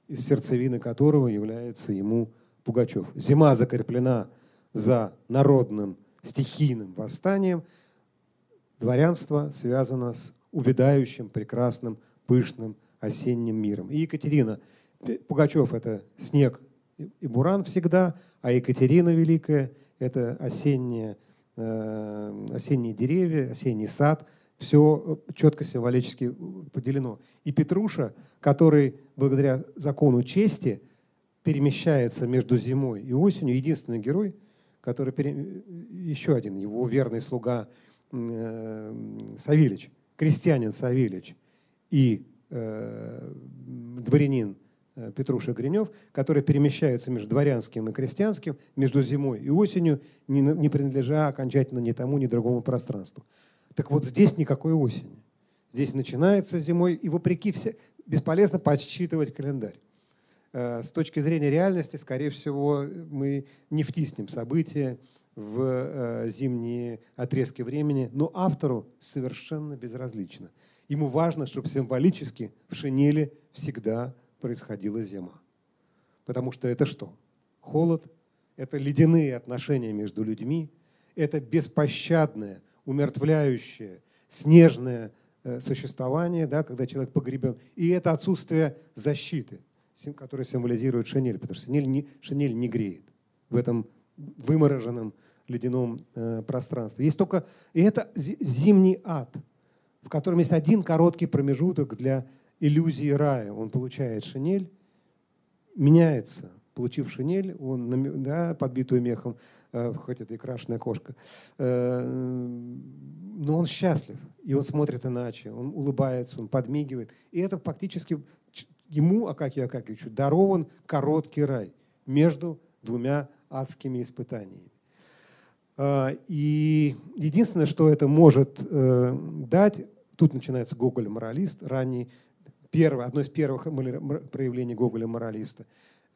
из сердцевины которого является ему Пугачев. Зима закреплена за народным стихийным восстанием, дворянство связано с увядающим, прекрасным, пышным осенним миром. И Екатерина, Пугачев – это снег и буран всегда, а Екатерина Великая – это осенние, э, осенние деревья, осенний сад. Все четко символически поделено. И Петруша, который благодаря закону чести перемещается между зимой и осенью, единственный герой, который пере... еще один, его верный слуга э, Савельич, крестьянин Савельич и э, дворянин Петруша Гринев, которые перемещаются между дворянским и крестьянским, между зимой и осенью, не, не принадлежа окончательно ни тому, ни другому пространству. Так вот здесь никакой осени. Здесь начинается зимой, и вопреки все бесполезно подсчитывать календарь. С точки зрения реальности, скорее всего, мы не втиснем события в зимние отрезки времени, но автору совершенно безразлично. Ему важно, чтобы символически в шинели всегда происходила зима. Потому что это что? Холод, это ледяные отношения между людьми, это беспощадное, умертвляющее, снежное существование, да, когда человек погребен. И это отсутствие защиты, которое символизирует шинель, потому что шинель не, шинель не греет в этом вымороженном ледяном э, пространстве. Есть только, и это зимний ад, в котором есть один короткий промежуток для иллюзии рая. Он получает шинель, меняется. Получив шинель, он, да, подбитую мехом, э, хоть это и крашеная кошка, э, но он счастлив, и он смотрит иначе, он улыбается, он подмигивает. И это фактически ему, Акакию Акакиевичу, дарован короткий рай между двумя адскими испытаниями. Э, и единственное, что это может э, дать, тут начинается Гоголь-моралист, ранний, первый, одно из первых проявлений Гоголя-моралиста,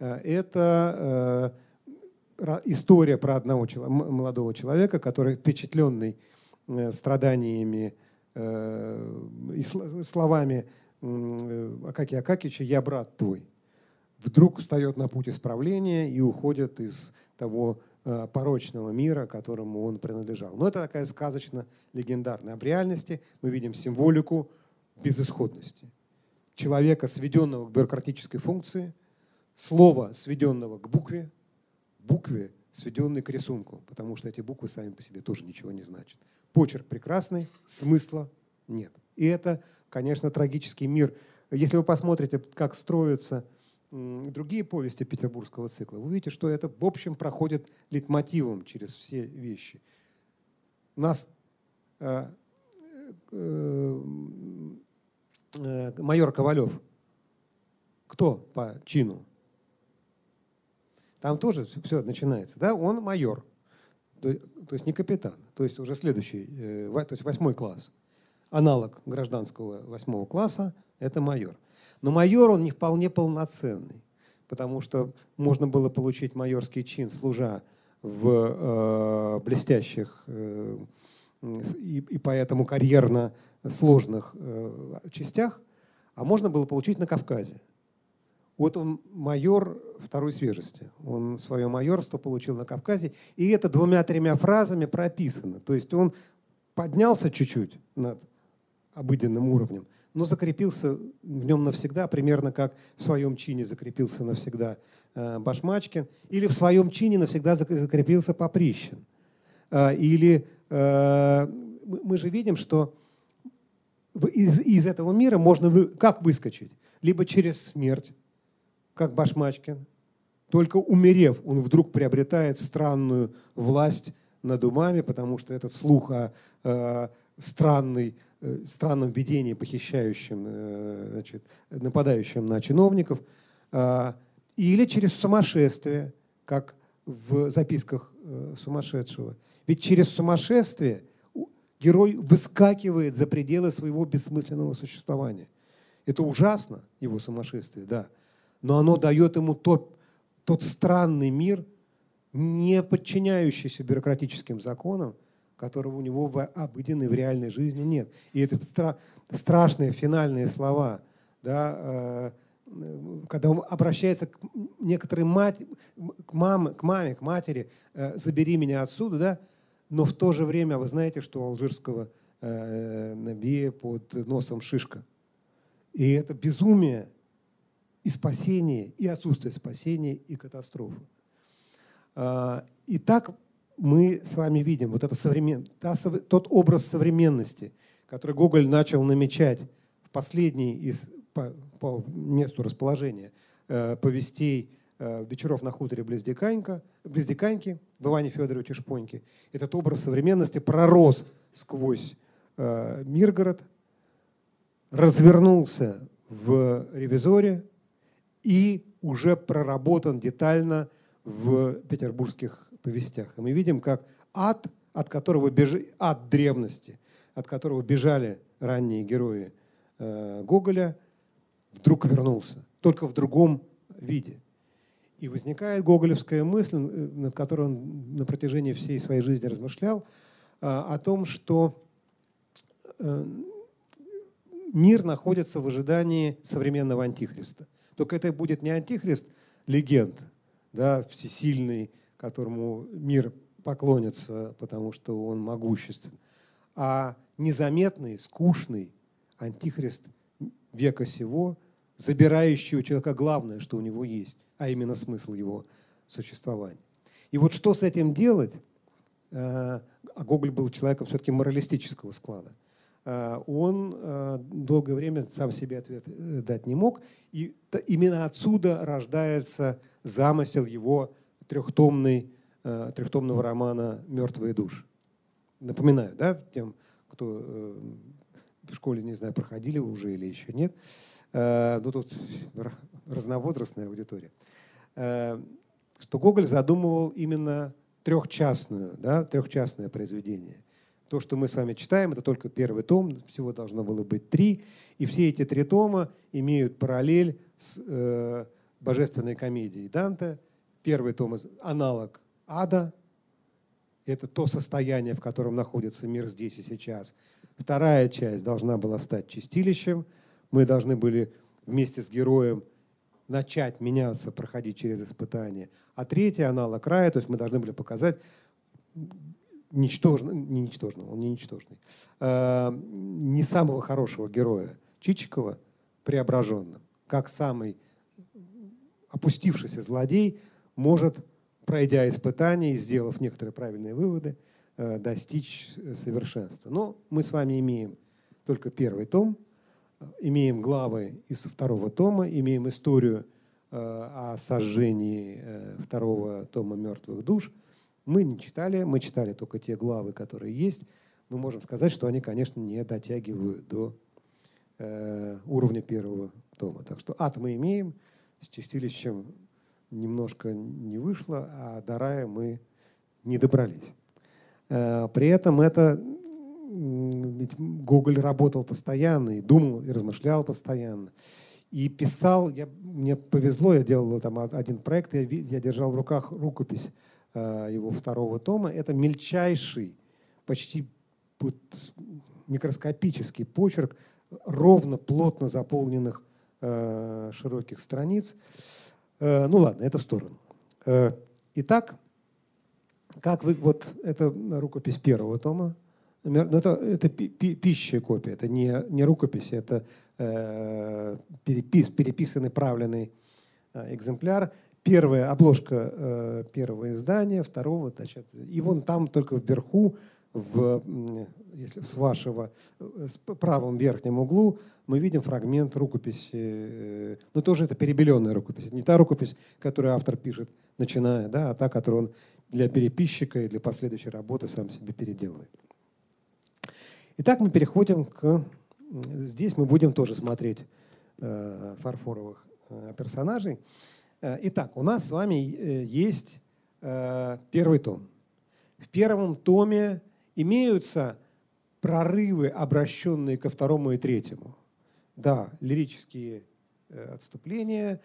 это э, история про одного молодого человека, который, впечатленный э, страданиями э, и словами э, Акакия Акакича «Я брат твой», вдруг встает на путь исправления и уходит из того э, порочного мира, которому он принадлежал. Но это такая сказочно-легендарная. А в реальности мы видим символику безысходности. Человека, сведенного к бюрократической функции, слова, сведенного к букве, букве, сведенной к рисунку, потому что эти буквы сами по себе тоже ничего не значат. Почерк прекрасный, смысла нет. И это, конечно, трагический мир. Если вы посмотрите, как строятся другие повести петербургского цикла, вы увидите, что это, в общем, проходит лейтмотивом через все вещи. У нас э, э, э, майор Ковалев, кто по чину? Там тоже все начинается. Да? Он майор, то, то есть не капитан, то есть уже следующий, э, то есть восьмой класс. Аналог гражданского восьмого класса – это майор. Но майор он не вполне полноценный, потому что можно было получить майорский чин, служа в э, блестящих э, и, и поэтому карьерно сложных э, частях, а можно было получить на Кавказе. Вот он майор второй свежести. Он свое майорство получил на Кавказе. И это двумя-тремя фразами прописано. То есть он поднялся чуть-чуть над обыденным уровнем, но закрепился в нем навсегда, примерно как в своем чине закрепился навсегда э, Башмачкин, или в своем чине навсегда закрепился Поприщин. Э, или э, мы же видим, что из, из этого мира можно вы, как выскочить? Либо через смерть, как Башмачкин. Только умерев, он вдруг приобретает странную власть над умами, потому что этот слух о э, странной, э, странном видении, похищающем, э, значит, нападающем на чиновников, э, или через сумасшествие, как в записках э, сумасшедшего. Ведь через сумасшествие герой выскакивает за пределы своего бессмысленного существования. Это ужасно, его сумасшествие, да. Но оно дает ему тот, тот странный мир, не подчиняющийся бюрократическим законам, которого у него в обыденной, в реальной жизни нет. И это стра страшные финальные слова, да, когда он обращается к некоторой мать, к, маме, к маме, к матери, «забери меня отсюда», да? Но в то же время вы знаете, что у алжирского э, набия под носом шишка. И это безумие и спасение, и отсутствие спасения, и катастрофа. И так мы с вами видим вот это современ... тот образ современности, который Гоголь начал намечать в последней из, по, по месту расположения э, повестей э, «Вечеров на хуторе близ Диканька», близ Диканьки в Иване Федоровиче Шпоньке. Этот образ современности пророс сквозь э, Миргород, развернулся в «Ревизоре» и уже проработан детально в петербургских повестях. И мы видим, как ад, от которого бежи, ад древности, от которого бежали ранние герои э, Гоголя, вдруг вернулся, только в другом виде. И возникает гоголевская мысль, над которой он на протяжении всей своей жизни размышлял, э, о том, что э, мир находится в ожидании современного антихриста. Только это будет не антихрист легенд, да, всесильный, которому мир поклонится, потому что он могуществен, а незаметный, скучный антихрист века сего, забирающий у человека главное, что у него есть, а именно смысл его существования. И вот что с этим делать? А Гоголь был человеком все-таки моралистического склада. Он долгое время сам себе ответ дать не мог. И именно отсюда рождается замысел его трехтомный, трехтомного романа «Мертвые души». Напоминаю, да, тем, кто в школе, не знаю, проходили уже или еще нет. Но тут разновозрастная аудитория. Что Гоголь задумывал именно трехчастную, да, трехчастное произведение. То, что мы с вами читаем, это только первый том, всего должно было быть три. И все эти три тома имеют параллель с э, божественной комедией Данте. Первый том – аналог ада. Это то состояние, в котором находится мир здесь и сейчас. Вторая часть должна была стать чистилищем. Мы должны были вместе с героем начать меняться, проходить через испытания. А третий аналог рая, то есть мы должны были показать ничтожный, не ничтожный, он не ничтожный, э, не самого хорошего героя Чичикова преображенным, как самый опустившийся злодей может, пройдя испытания и сделав некоторые правильные выводы, э, достичь совершенства. Но мы с вами имеем только первый том, имеем главы из второго тома, имеем историю э, о сожжении э, второго тома «Мертвых душ». Мы не читали, мы читали только те главы, которые есть. Мы можем сказать, что они, конечно, не дотягивают до э, уровня первого тома. Так что ад мы имеем, с чистилищем немножко не вышло, а до рая мы не добрались. Э, при этом это ведь Гоголь работал постоянно, и думал, и размышлял постоянно. И писал, я, мне повезло, я делал там один проект, я, я держал в руках рукопись его второго тома. Это мельчайший, почти вот микроскопический почерк ровно, плотно заполненных э, широких страниц. Э, ну ладно, это в сторону. Э, итак, как вы, вот это рукопись первого тома. Это, это пи, пи, пищая копия, это не, не рукопись, это э, перепис, переписанный, правленный э, экземпляр. Первая обложка э, первого издания, второго, значит, и вон там только вверху, в, если с вашего с правом верхнем углу, мы видим фрагмент рукописи, э, но тоже это перебеленная рукопись. Это не та рукопись, которую автор пишет, начиная, да, а та, которую он для переписчика и для последующей работы сам себе переделывает. Итак, мы переходим к... Здесь мы будем тоже смотреть э, фарфоровых э, персонажей. Итак, у нас с вами есть первый том. В первом томе имеются прорывы, обращенные ко второму и третьему. Да, лирические отступления.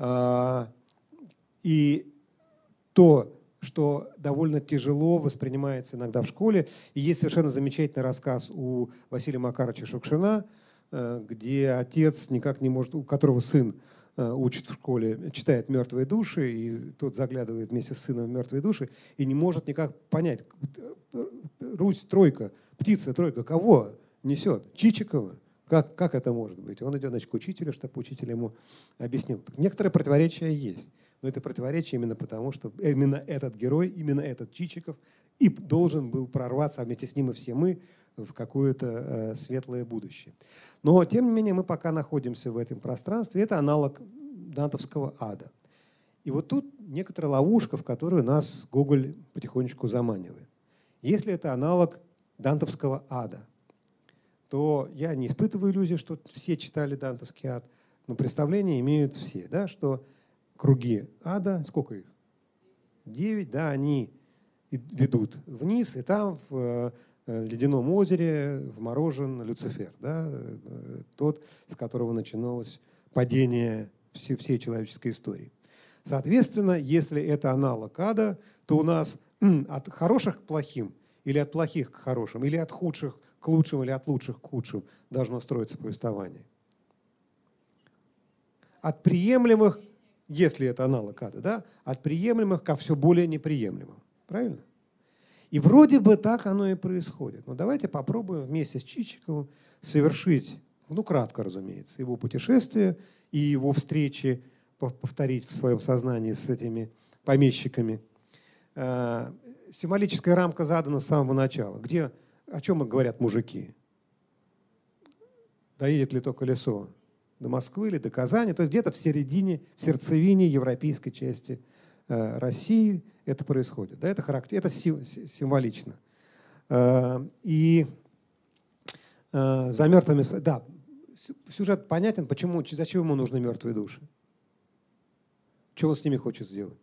И то, что довольно тяжело воспринимается иногда в школе. И есть совершенно замечательный рассказ у Василия Макаровича Шукшина, где отец никак не может, у которого сын учит в школе, читает «Мертвые души», и тот заглядывает вместе с сыном в «Мертвые души» и не может никак понять, Русь, тройка, птица, тройка, кого несет? Чичикова? Как, как это может быть? Он идет, значит, к учителю, чтобы учитель ему объяснил. Так некоторые противоречия есть. Но это противоречие именно потому, что именно этот герой, именно этот Чичиков и должен был прорваться, а вместе с ним и все мы, в какое-то э, светлое будущее. Но, тем не менее, мы пока находимся в этом пространстве. Это аналог дантовского ада. И вот тут некоторая ловушка, в которую нас Гоголь потихонечку заманивает. Если это аналог дантовского ада, то я не испытываю иллюзии, что все читали дантовский ад, но представление имеют все, да, что круги ада, сколько их? Девять, да, они ведут вниз, и там в ледяном озере вморожен Люцифер, да, тот, с которого начиналось падение всей, всей человеческой истории. Соответственно, если это аналог ада, то у нас от хороших к плохим, или от плохих к хорошим, или от худших к лучшим, или от лучших к худшим должно строиться повествование. От приемлемых, если это аналог ада, да, от приемлемых ко все более неприемлемым. Правильно? И вроде бы так оно и происходит. Но давайте попробуем вместе с Чичиковым совершить, ну, кратко, разумеется, его путешествие и его встречи, повторить в своем сознании с этими помещиками. Символическая рамка задана с самого начала. Где, о чем говорят мужики? Доедет ли то колесо до Москвы или до Казани? То есть где-то в середине, в сердцевине европейской части э, России это происходит. Да, это, характер, это символично. Э, и э, за мертвыми... Да, сюжет понятен, почему, зачем ему нужны мертвые души. Что он с ними хочет сделать?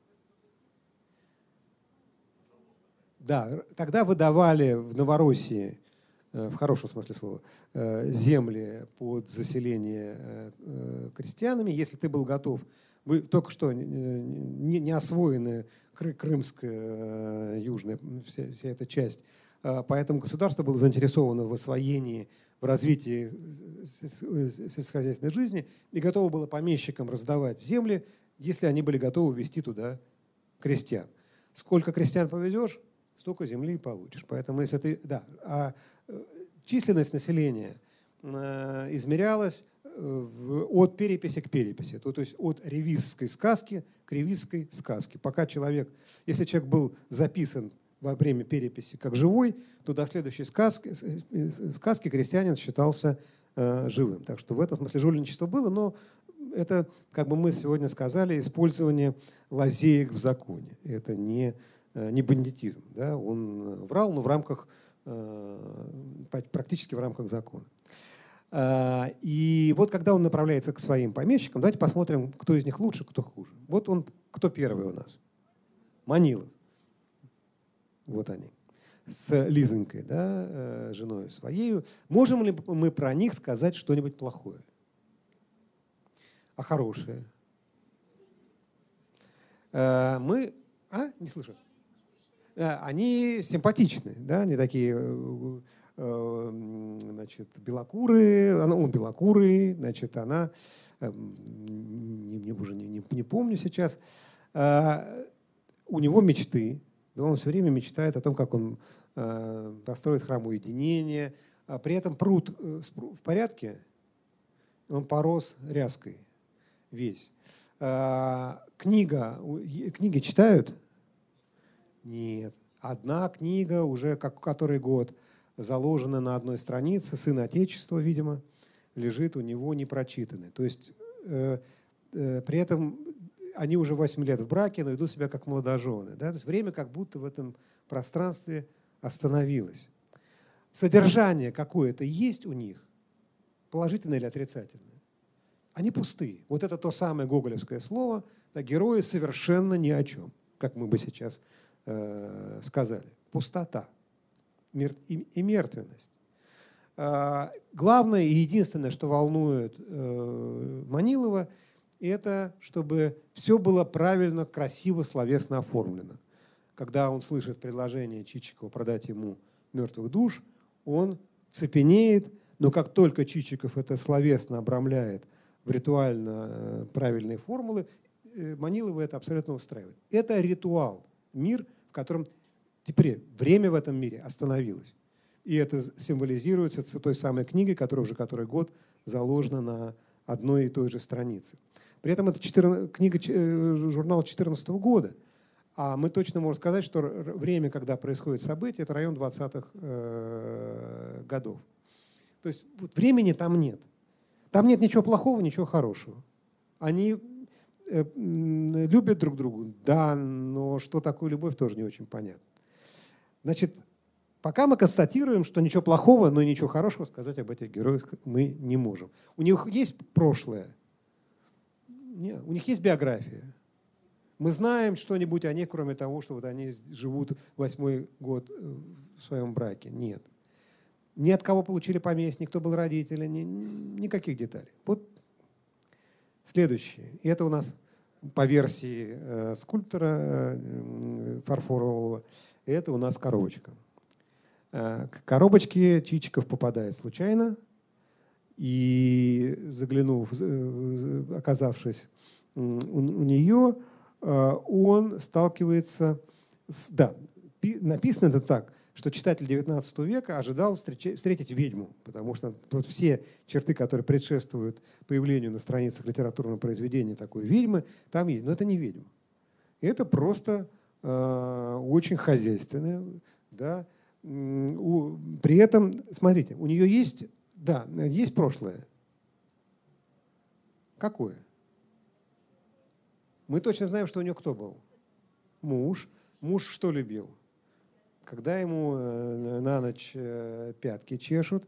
Да, тогда выдавали в Новороссии, в хорошем смысле слова, земли под заселение крестьянами. Если ты был готов, вы только что не, не освоенная крымская, южная, вся, вся эта часть, поэтому государство было заинтересовано в освоении, в развитии сельскохозяйственной жизни и готово было помещикам раздавать земли, если они были готовы ввести туда крестьян. Сколько крестьян повезешь, столько земли и получишь. Поэтому если ты... Да, а численность населения измерялась от переписи к переписи, то, то есть от ревизской сказки к ревизской сказке. Пока человек, если человек был записан во время переписи как живой, то до следующей сказки, сказки крестьянин считался э, живым. Так что в этом смысле жульничество было, но это, как бы мы сегодня сказали, использование лазеек в законе. Это не, не бандитизм. Да? Он врал, но в рамках, практически в рамках закона. И вот когда он направляется к своим помещикам, давайте посмотрим, кто из них лучше, кто хуже. Вот он, кто первый у нас? Манилов. Вот они. С Лизонькой, да, женой своей. Можем ли мы про них сказать что-нибудь плохое? А хорошее? Мы... А? Не слышу. Они симпатичны, да, они такие, значит, белокурые, он белокурый, значит, она, не, не, уже не, не, не помню сейчас, у него мечты, он все время мечтает о том, как он построит храм уединения, а при этом пруд в порядке, он порос ряской весь. Книга, книги читают? Нет. Одна книга уже как который год заложена на одной странице, «Сын Отечества», видимо, лежит у него непрочитанный. То есть э, э, при этом они уже восемь лет в браке, но ведут себя как молодожены. Да? То есть время как будто в этом пространстве остановилось. Содержание какое-то есть у них, положительное или отрицательное? Они пустые. Вот это то самое гоголевское слово, да, герои совершенно ни о чем, как мы бы сейчас э, сказали. Пустота и, и мертвенность. Э, главное и единственное, что волнует э, Манилова, это чтобы все было правильно, красиво, словесно оформлено. Когда он слышит предложение Чичикова продать ему мертвых душ, он цепенеет, но как только Чичиков это словесно обрамляет в ритуально правильные формулы, Манилова это абсолютно устраивает. Это ритуал, мир, в котором теперь время в этом мире остановилось. И это символизируется той самой книгой, которая уже который год заложена на одной и той же странице. При этом это четырнадцатая, книга журнала две тысячи четырнадцатого года. А мы точно можем сказать, что время, когда происходит событие, это район двадцатых э, годов. То есть вот времени там нет. Там нет ничего плохого, ничего хорошего. Они э, любят друг друга, да, но что такое любовь, тоже не очень понятно. Значит, пока мы констатируем, что ничего плохого, но и ничего хорошего сказать об этих героях мы не можем. У них есть прошлое, нет, у них есть биография. Мы знаем что-нибудь о них, кроме того, что вот они живут восьмой год в своем браке. Нет. Ни от кого получили поместье, кто был родителем, ни, никаких деталей. Вот следующее. И это у нас по версии э, скульптора э, фарфорового, это у нас коробочка. Э, к коробочке Чичиков попадает случайно, и заглянув, э, оказавшись у, у нее, он сталкивается с... Да, написано это так, что читатель девятнадцатого века ожидал встретить ведьму, потому что вот все черты, которые предшествуют появлению на страницах литературного произведения такой ведьмы, там есть. Но это не ведьма. Это просто э, очень хозяйственная. Да. У, при этом, смотрите, у нее есть, да, есть прошлое. Какое? Мы точно знаем, что у нее кто был? Муж. Муж что любил? Когда ему на ночь пятки чешут,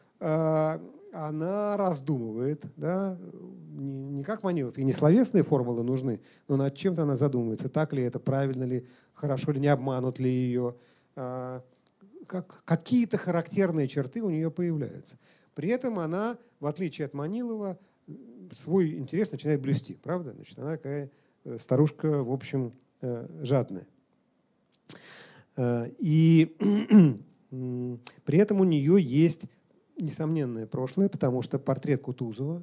она раздумывает, да? Не как Манилов, и не словесные формулы нужны, но над чем-то она задумывается, так ли это, правильно ли, хорошо ли, не обманут ли ее. Какие-то характерные черты у нее появляются. При этом она, в отличие от Манилова, свой интерес начинает блюсти, правда? Значит, она такая старушка, в общем, жадная. И при этом у нее есть несомненное прошлое, потому что портрет Кутузова,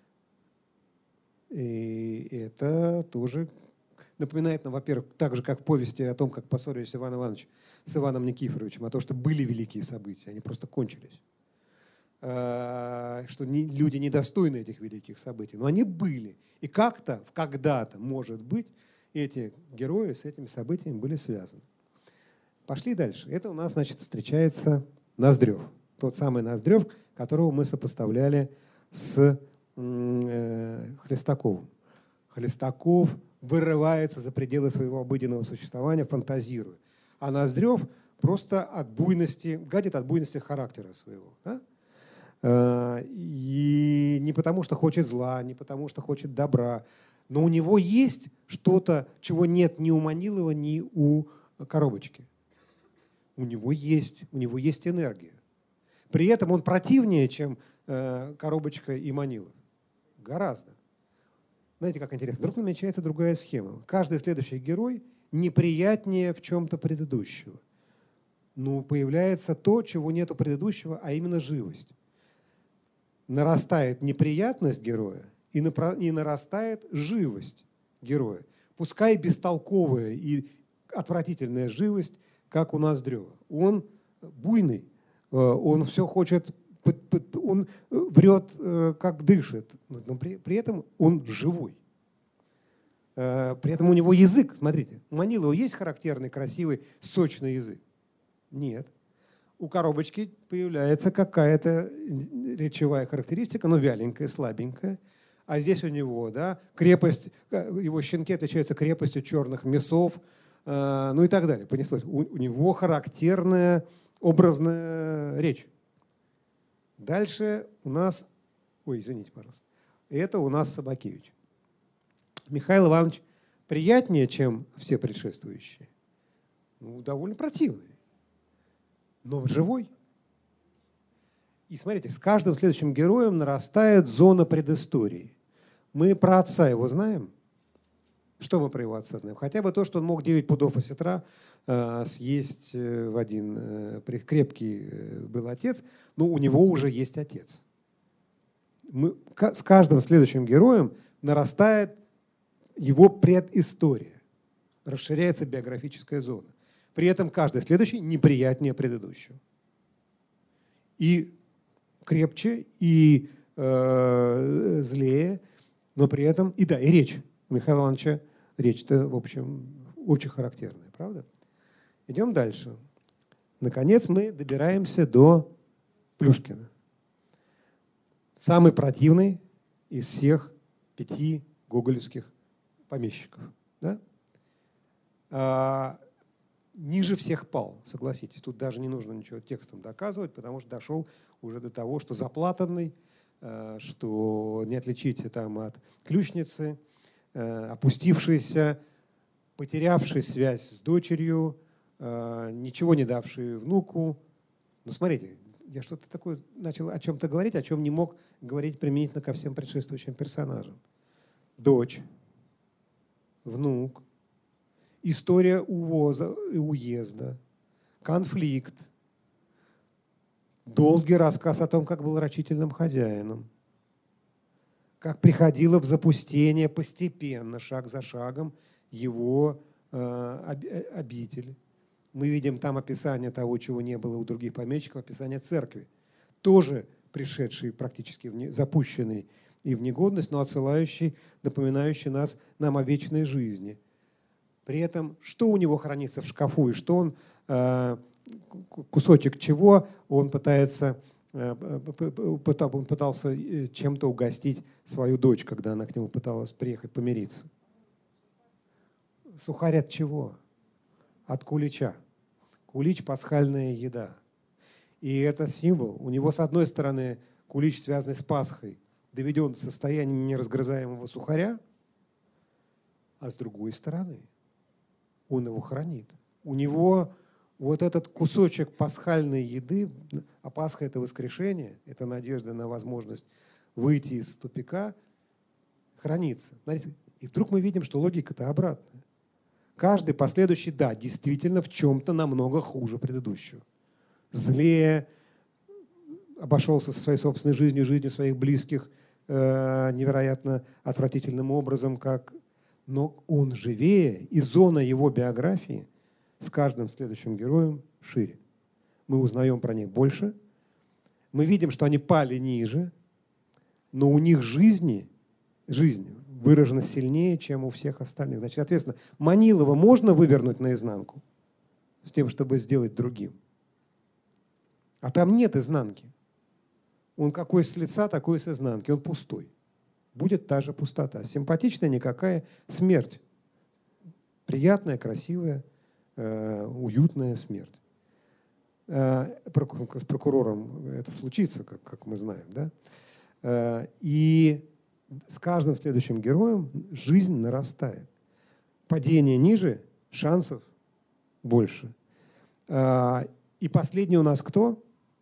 и это тоже напоминает нам, во-первых, так же, как в повести о том, как поссорились Иван Иванович с Иваном Никифоровичем, о том, что были великие события, они просто кончились. Что люди недостойны этих великих событий, но они были. И как-то, когда-то, может быть, эти герои с этими событиями были связаны. Пошли дальше. Это у нас, значит, встречается Ноздрев. Тот самый Ноздрев, которого мы сопоставляли с э, Хлестаковым. Хлестаков вырывается за пределы своего обыденного существования, фантазируя. А Ноздрев просто от буйности, гадит от буйности характера своего. Да? И не потому, что хочет зла, не потому, что хочет добра, но у него есть что-то, чего нет ни у Манилова, ни у коробочки. У него есть, у него есть энергия. При этом он противнее, чем коробочка и Манилов. Гораздо. Знаете, как интересно? Вдруг намечается другая схема. Каждый следующий герой неприятнее в чем-то предыдущего. Ну, появляется то, чего нет у предыдущего, а именно живость. Нарастает неприятность героя и нарастает живость героя. Пускай бестолковая и отвратительная живость, как у Ноздрева. Он буйный, он все хочет, он врет, как дышит, но при, при этом он живой. При этом у него язык, смотрите, у Манилова есть характерный, красивый, сочный язык? Нет. У коробочки появляется какая-то речевая характеристика, но вяленькая, слабенькая. А здесь у него, да, крепость, его щенки отличаются крепостью черных мясов, э, ну и так далее. Понеслось. У, у него характерная образная речь. Дальше у нас, ой, извините, пожалуйста, это у нас Собакевич. Михаил Иванович приятнее, чем все предшествующие. Ну, довольно противный. Но живой. И смотрите, с каждым следующим героем нарастает зона предыстории. Мы про отца его знаем. Что мы про его отца знаем? Хотя бы то, что он мог девять пудов осетра э, съесть в один. Э, крепкий был отец, но у него уже есть отец. Мы, с каждым следующим героем нарастает его предыстория, расширяется биографическая зона. При этом каждый следующий неприятнее предыдущего. И крепче, и э, злее, но при этом, и да, и речь у Михаила Ивановича, речь-то, в общем, очень характерная, правда? Идем дальше. Наконец мы добираемся до Плюшкина. Самый противный из всех пяти гоголевских помещиков. Да? А, ниже всех пал, согласитесь. Тут даже не нужно ничего текстом доказывать, потому что дошел уже до того, что заплатанный, что не отличить там от ключницы, опустившийся, потерявший связь с дочерью, ничего не давший внуку. Ну, смотрите, я что-то такое начал о чем-то говорить, о чем не мог говорить применительно ко всем предшествующим персонажам. Дочь, внук, история увоза и уезда, конфликт, долгий рассказ о том, как был рачительным хозяином, как приходило в запустение постепенно, шаг за шагом, его э, обитель. Мы видим там описание того, чего не было у других помещиков, описание церкви, тоже пришедший практически, в не, запущенный и в негодность, но отсылающий, напоминающий нас, нам о вечной жизни. При этом, что у него хранится в шкафу и что он, э, кусочек чего он пытается, э, он пытался чем-то угостить свою дочь, когда она к нему пыталась приехать помириться. Сухарь от чего? От кулича. Кулич – пасхальная еда. И это символ. У него, с одной стороны, кулич, связанный с Пасхой, доведен до состояния неразгрызаемого сухаря, а с другой стороны, он его хранит. У него вот этот кусочек пасхальной еды, а Пасха – это воскрешение, это надежда на возможность выйти из тупика, хранится. И вдруг мы видим, что логика-то обратная. Каждый последующий, да, действительно в чем-то намного хуже предыдущего. Злее, обошелся со своей собственной жизнью, жизнью своих близких э, невероятно отвратительным образом, как... но он живее, и зона его биографии с каждым следующим героем шире. Мы узнаем про них больше, мы видим, что они пали ниже, но у них жизни, жизнь выражена сильнее, чем у всех остальных. Значит, соответственно, Манилова можно вывернуть наизнанку с тем, чтобы сделать другим. А там нет изнанки. Он какой с лица, такой с изнанки. Он пустой. Будет та же пустота. Симпатичная никакая смерть. Приятная, красивая, э, уютная смерть. Э, с прокурором это случится, как, как мы знаем. Да? Э, и с каждым следующим героем жизнь нарастает. Падение ниже, шансов больше. И последний у нас кто?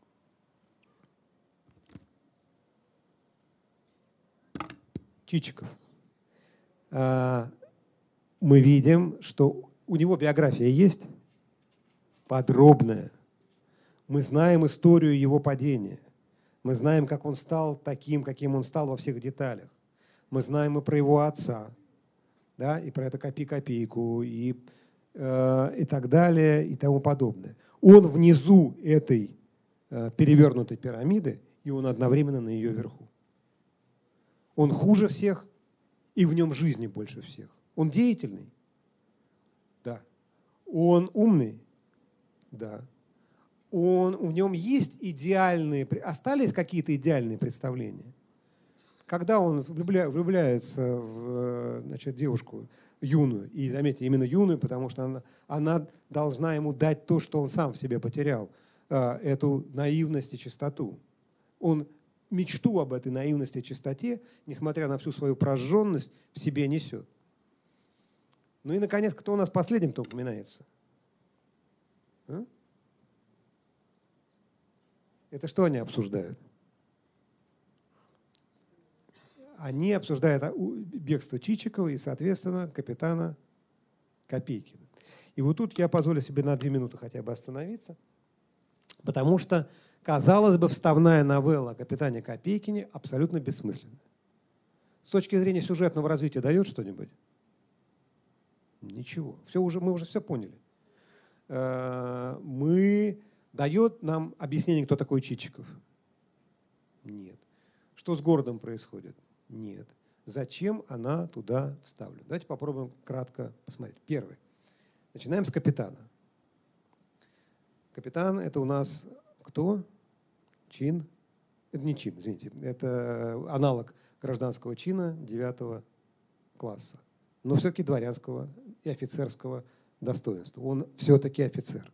Чичиков. Мы видим, что у него биография есть подробная. Мы знаем историю его падения. Мы знаем, как он стал таким, каким он стал во всех деталях. Мы знаем и про его отца, да, и про это «Копи копейку», и, э, и так далее, и тому подобное. Он внизу этой э, перевернутой пирамиды, и он одновременно на ее верху. Он хуже всех, и в нем жизни больше всех. Он деятельный? Да. Он умный? Да. Он, в нем есть идеальные, остались какие-то идеальные представления. Когда он влюбля, влюбляется в, значит, девушку юную, и, заметьте, именно юную, потому что она, она должна ему дать то, что он сам в себе потерял, эту наивность и чистоту. Он мечту об этой наивности и чистоте, несмотря на всю свою прожженность, в себе несет. Ну и, наконец, кто у нас последним-то упоминается? А? Это что они обсуждают? Они обсуждают бегство Чичикова и, соответственно, капитана Копейкина. И вот тут я позволю себе на две минуты хотя бы остановиться, Потому что, казалось бы, вставная новелла о капитане Копейкине абсолютно бессмысленна. С точки зрения сюжетного развития дает что-нибудь? Ничего. Все уже, мы уже все поняли. Мы дает нам объяснение, кто такой Чичиков? Нет. Что с городом происходит? Нет. Зачем она туда вставлена? Давайте попробуем кратко посмотреть. Первый. Начинаем с капитана. Капитан – это у нас кто? Чин. Это не чин, извините. Это аналог гражданского чина девятого класса. Но все-таки дворянского и офицерского достоинства. Он все-таки офицер.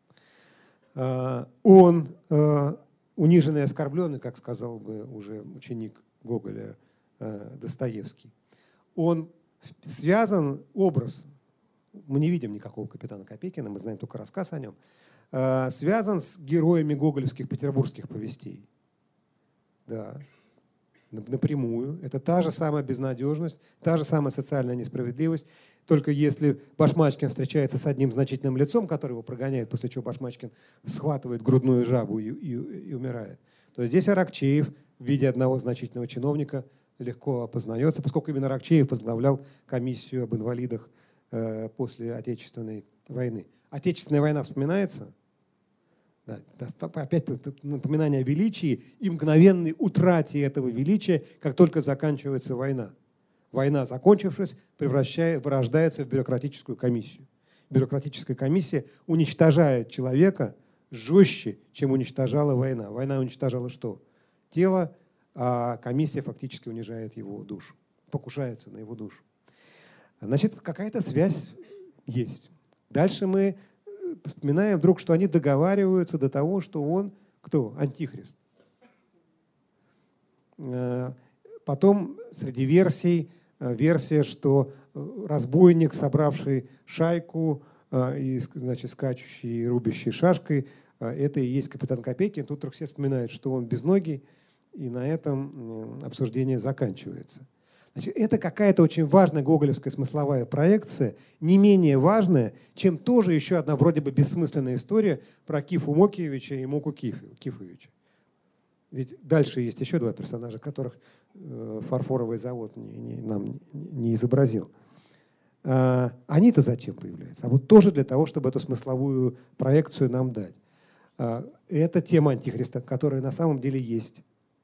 Он униженный и оскорбленный, как сказал бы уже ученик Гоголя Достоевский. Он связан, образ, мы не видим никакого капитана Копейкина, мы знаем только рассказ о нем, связан с героями гоголевских петербургских повестей. Да, напрямую. Это та же самая безнадежность, та же самая социальная несправедливость. Только если Башмачкин встречается с одним значительным лицом, который его прогоняет, после чего Башмачкин схватывает грудную жабу и, и, и умирает, то здесь Аракчеев в виде одного значительного чиновника легко опознается, поскольку именно Аракчеев возглавлял комиссию об инвалидах э, после Отечественной войны. Отечественная война вспоминается? Да, опять напоминание о величии и мгновенной утрате этого величия, как только заканчивается война. Война, закончившись, превращает, вырождается в бюрократическую комиссию. Бюрократическая комиссия уничтожает человека жестче, чем уничтожала война. Война уничтожала что? Тело, а комиссия фактически унижает его душу, покушается на его душу. Значит, какая-то связь есть. Дальше мы вспоминаем вдруг, что они договариваются до того, что он кто? Антихрист. Потом среди версий версия, что разбойник, собравший шайку и, значит, скачущий и рубящий шашкой, это и есть капитан Копейкин. Тут вдруг все вспоминают, что он безногий, и на этом обсуждение заканчивается. Значит, это какая-то очень важная гоголевская смысловая проекция, не менее важная, чем тоже еще одна вроде бы бессмысленная история про Кифу Мокиевича и Моку Кифовича. Ведь дальше есть еще два персонажа, которых э, фарфоровый завод не, не, нам не изобразил. А, они-то зачем появляются? А вот тоже для того, чтобы эту смысловую проекцию нам дать. А, это тема Антихриста, которая на самом деле есть.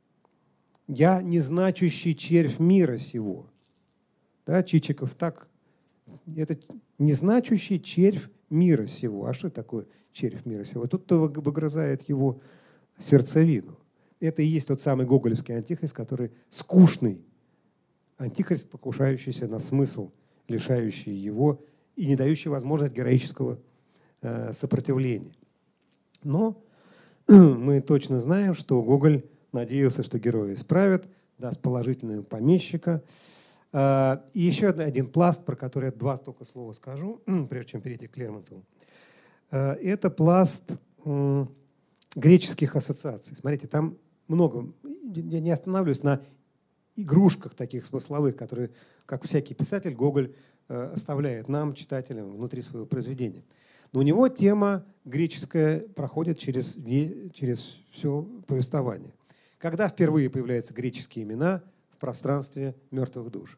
Я незначущий червь мира сего. Да, Чичиков так. Это незначущий червь мира сего. А что такое червь мира сего? Тут-то выгрызает его сердцевину. Это и есть тот самый гоголевский антихрист, который скучный антихрист, покушающийся на смысл, лишающий его и не дающий возможность героического э, сопротивления. Но мы точно знаем, что Гоголь надеялся, что героя исправят, даст положительного помещика. Э, и еще один пласт, про который я два только слова скажу, прежде чем перейти к Лермонтову. Э, это пласт э, греческих ассоциаций. Смотрите, там много. Я не останавливаюсь на игрушках таких смысловых, которые, как всякий писатель, Гоголь э, оставляет нам, читателям, внутри своего произведения. Но у него тема греческая проходит через, через все повествование. Когда впервые появляются греческие имена в пространстве мертвых душ?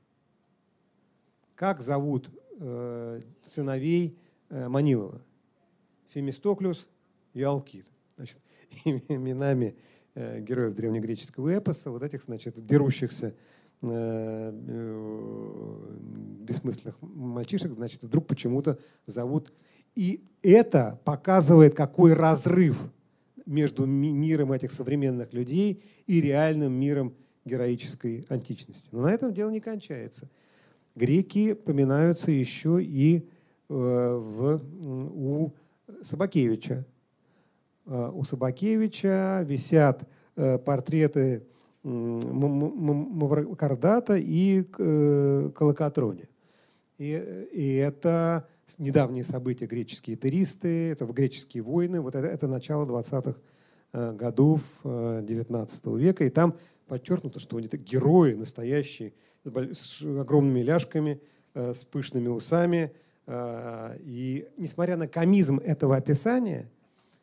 Как зовут э, сыновей э, Манилова? Фемистоклюс и Алкид. Значит, именами э, героев древнегреческого эпоса, вот этих, значит, дерущихся э, э, бессмысленных мальчишек, значит, вдруг почему-то зовут. И это показывает, какой разрыв между миром этих современных людей и реальным миром героической античности. Но на этом дело не кончается. Греки поминаются еще и э, в, у Собакевича. У Собакевича висят портреты Маврокардата и Колокотроня. И, и это недавние события, греческие туристы, это греческие войны, вот это, это начало двадцатых годов девятнадцатого века. И там подчеркнуто, что они герои настоящие, с огромными ляжками, с пышными усами. И несмотря на комизм этого описания,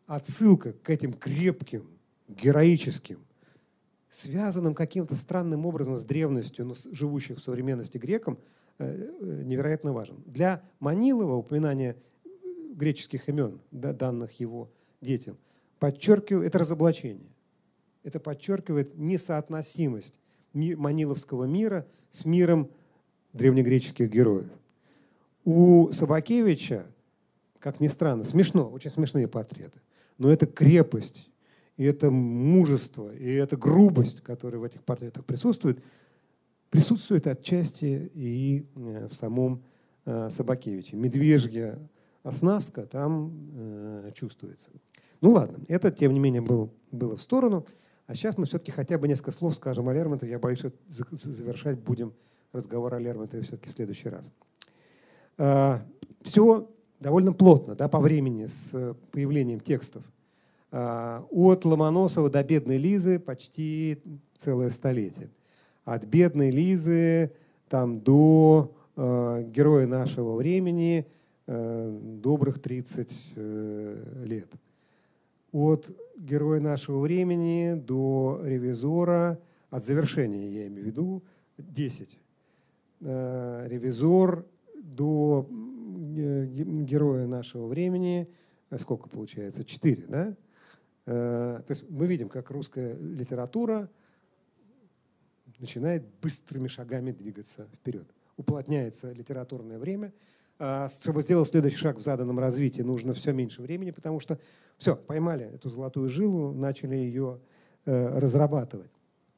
отсылка к этим крепким, героическим, связанным каким-то странным образом с древностью, но живущих в современности грекам, невероятно важен. Для Манилова упоминание греческих имен, данных его детям, подчеркивает, это разоблачение. Это подчеркивает несоотносимость маниловского мира с миром древнегреческих героев. У Собакевича, как ни странно, смешно, очень смешные портреты, но это крепость, и это мужество, и это грубость, которая в этих портретах присутствует, присутствует отчасти и в самом Собакевиче. Медвежья оснастка там э, чувствуется. Ну ладно, это, тем не менее, был, было в сторону. А сейчас мы все-таки хотя бы несколько слов скажем о Лермонтове. Я боюсь, что завершать будем разговор о Лермонтове все-таки в следующий раз. Э, все довольно плотно, да, по времени с появлением текстов. Э, от Ломоносова до «Бедной Лизы» почти целое столетие. От «Бедной Лизы» там, до э, «Героя нашего времени» э, добрых тридцать э, лет. От «Героя нашего времени» до «Ревизора», от завершения, я имею в виду, десять. Э, «Ревизор» до э, «Героя нашего времени», сколько получается? четыре, да? Э, то есть мы видим, как русская литература начинает быстрыми шагами двигаться вперед. Уплотняется литературное время. Чтобы сделать следующий шаг в заданном развитии, нужно все меньше времени, потому что все, поймали эту золотую жилу, начали ее разрабатывать.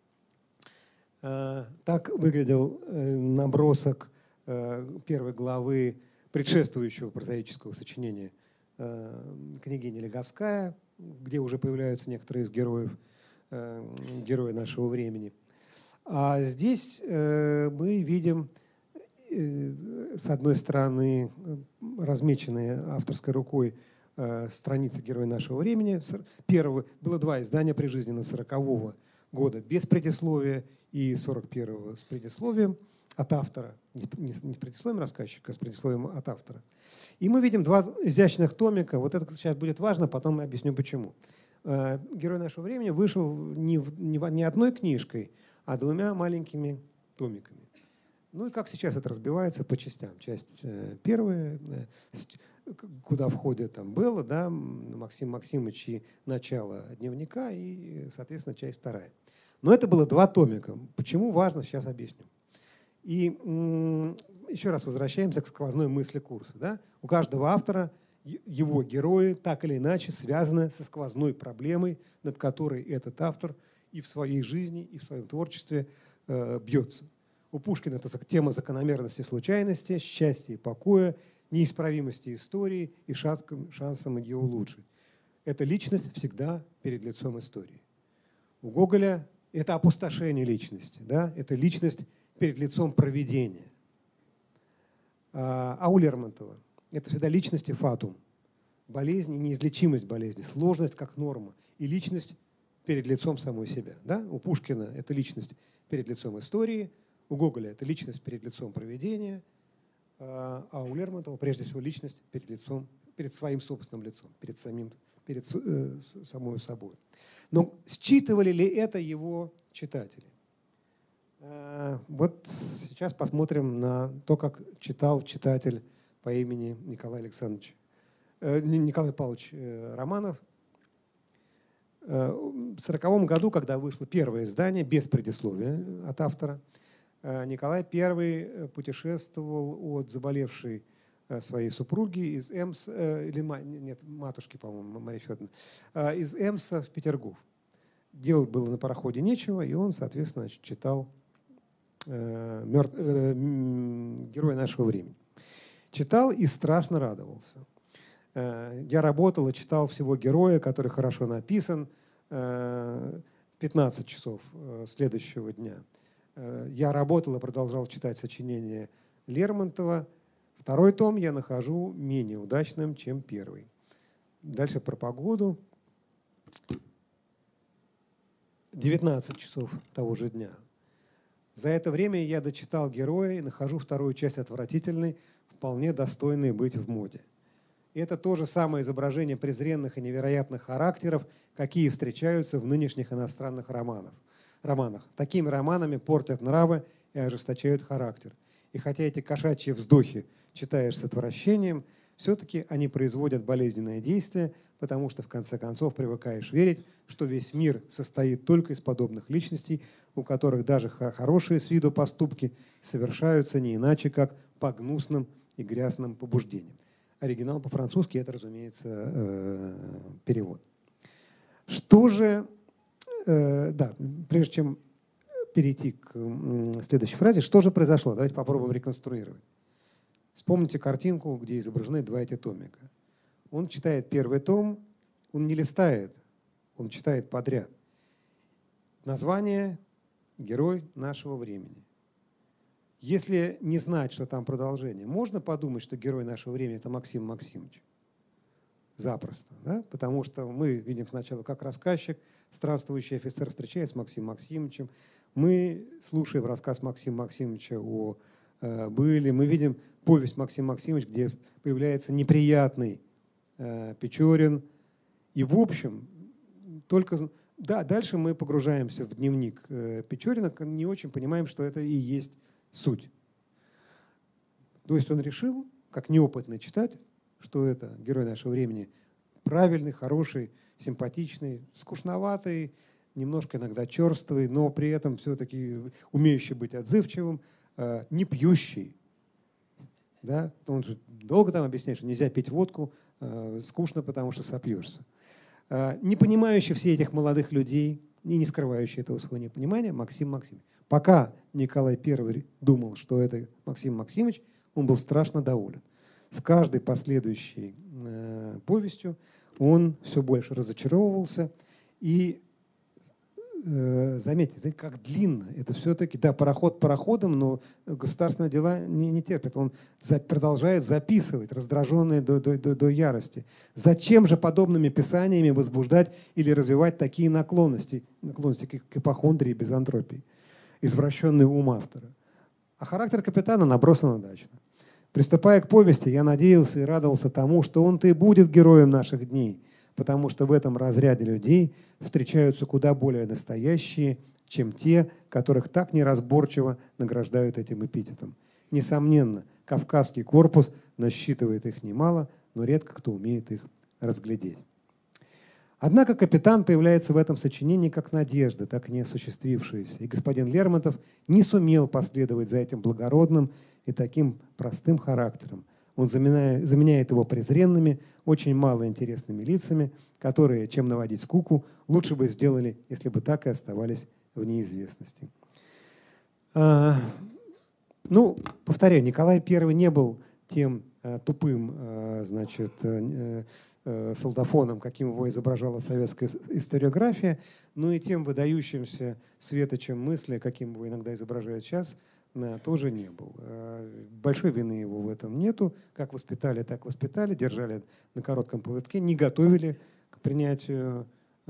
Так выглядел набросок первой главы предшествующего прозаического сочинения «Княгиня Леговская», где уже появляются некоторые из героев, герои нашего времени. А здесь э, мы видим, э, с одной стороны, размеченные авторской рукой э, страницы «Героя нашего времени». Первого, было два издания прижизненно, сорокового года без предисловия и сорок первого с предисловием от автора. Не, не, не с предисловием рассказчика, а с предисловием от автора. И мы видим два изящных томика. Вот это сейчас будет важно, потом я объясню почему. «Герой нашего времени» вышел не, в, не, в, не одной книжкой, а двумя маленькими томиками. Ну и как сейчас это разбивается по частям. Часть э, первая, э, куда входит там Белла, да, Максим Максимович и начало дневника, и, соответственно, часть вторая. Но это было два томика. Почему важно, сейчас объясню. И м- еще раз возвращаемся к сквозной мысли курса. Да? У каждого автора его герои так или иначе связаны со сквозной проблемой, над которой этот автор и в своей жизни, и в своем творчестве э, бьется. У Пушкина это тема закономерности случайности, счастья и покоя, неисправимости истории и шансом ее улучшить. Эта личность всегда перед лицом истории. У Гоголя это опустошение личности, да? Это личность перед лицом провидения. А, а у Лермонтова это всегда личность и фатум. Болезнь и неизлечимость болезни, сложность как норма и личность перед лицом самой себя. Да? У Пушкина это личность перед лицом истории, у Гоголя это личность перед лицом провидения, а у Лермонтова прежде всего личность перед лицом, перед своим собственным лицом, перед самим, перед э, самой собой. Но считывали ли это его читатели? Вот сейчас посмотрим на то, как читал читатель по имени Николай Александрович, э, Николай Павлович э, Романов. В сороковом году, когда вышло первое издание, без предисловия от автора, э, Николай I путешествовал от заболевшей э, своей супруги из Эмса, э, или нет, матушки, по-моему, Марии Федоровны, э, из Эмса в Петергоф. Делать было на пароходе нечего, и он, соответственно, читал э, мертв... э, «Героя нашего времени». Читал и страшно радовался. Я работал и читал всего «Героя», который хорошо написан, пятнадцать часов следующего дня. Я работал и продолжал читать сочинения Лермонтова. Второй том я нахожу менее удачным, чем первый. Дальше про погоду. девятнадцать часов того же дня. За это время я дочитал «Героя» и нахожу вторую часть отвратительной, вполне достойной быть в моде. И это то же самое изображение презренных и невероятных характеров, какие встречаются в нынешних иностранных романах. романах. Такими романами портят нравы и ожесточают характер. И хотя эти кошачьи вздохи читаешь с отвращением, все-таки они производят болезненное действие, потому что в конце концов привыкаешь верить, что весь мир состоит только из подобных личностей, у которых даже хорошие с виду поступки совершаются не иначе, как по гнусным и грязным побуждениям. Оригинал по-французски — это, разумеется, перевод. Что же, да, прежде чем перейти к следующей фразе, что же произошло? Давайте попробуем реконструировать. Вспомните картинку, где изображены два эти томика. Он читает первый том, он не листает, он читает подряд. Название «Герой нашего времени». Если не знать, что там продолжение, можно подумать, что герой нашего времени – это Максим Максимович. Запросто. Да? Потому что мы видим сначала, как рассказчик, странствующий офицер встречается с Максимом Максимовичем. Мы слушаем рассказ Максима Максимовича о э, быле. Мы видим повесть Максима Максимовича, где появляется неприятный э, Печорин. И в общем, только… Да, дальше мы погружаемся в дневник э, Печорина, не очень понимаем, что это и есть суть. То есть он решил, как неопытный читатель, что это герой нашего времени правильный, хороший, симпатичный, скучноватый, немножко иногда черствый, но при этом все-таки умеющий быть отзывчивым, э, не пьющий. Да? Он же долго там объясняет, что нельзя пить водку, э, скучно, потому что сопьешься. Э, не понимающий все этих молодых людей и не скрывающий этого своего непонимания Максим Максимович. Пока Николай Первый думал, что это Максим Максимович, он был страшно доволен. С каждой последующей э, повестью он все больше разочаровывался. И э, заметьте, как длинно. Это все-таки, да, пароход пароходом, но государственные дела не, не терпят. Он за, продолжает записывать, раздраженный до, до, до, до ярости. Зачем же подобными писаниями возбуждать или развивать такие наклонности, наклонности к, к ипохондрии и безантропии? Извращенный ум автора. А характер капитана набросан удачно. Приступая к повести, я надеялся и радовался тому, что он-то и будет героем наших дней, потому что в этом разряде людей встречаются куда более настоящие, чем те, которых так неразборчиво награждают этим эпитетом. Несомненно, Кавказский корпус насчитывает их немало, но редко кто умеет их разглядеть. Однако капитан появляется в этом сочинении как надежда, так и не осуществившаяся. И господин Лермонтов не сумел последовать за этим благородным и таким простым характером. Он заменяет, заменяет его презренными, очень малоинтересными лицами, которые, чем наводить скуку, лучше бы сделали, если бы так и оставались в неизвестности. А, ну, повторяю, Николай Первый не был тем а, тупым, а, значит, а, солдафоном, каким его изображала советская историография, но и тем выдающимся светочем мысли, каким его иногда изображают сейчас, тоже не был. Большой вины его в этом нету. Как воспитали, так воспитали, держали на коротком поводке, не готовили к принятию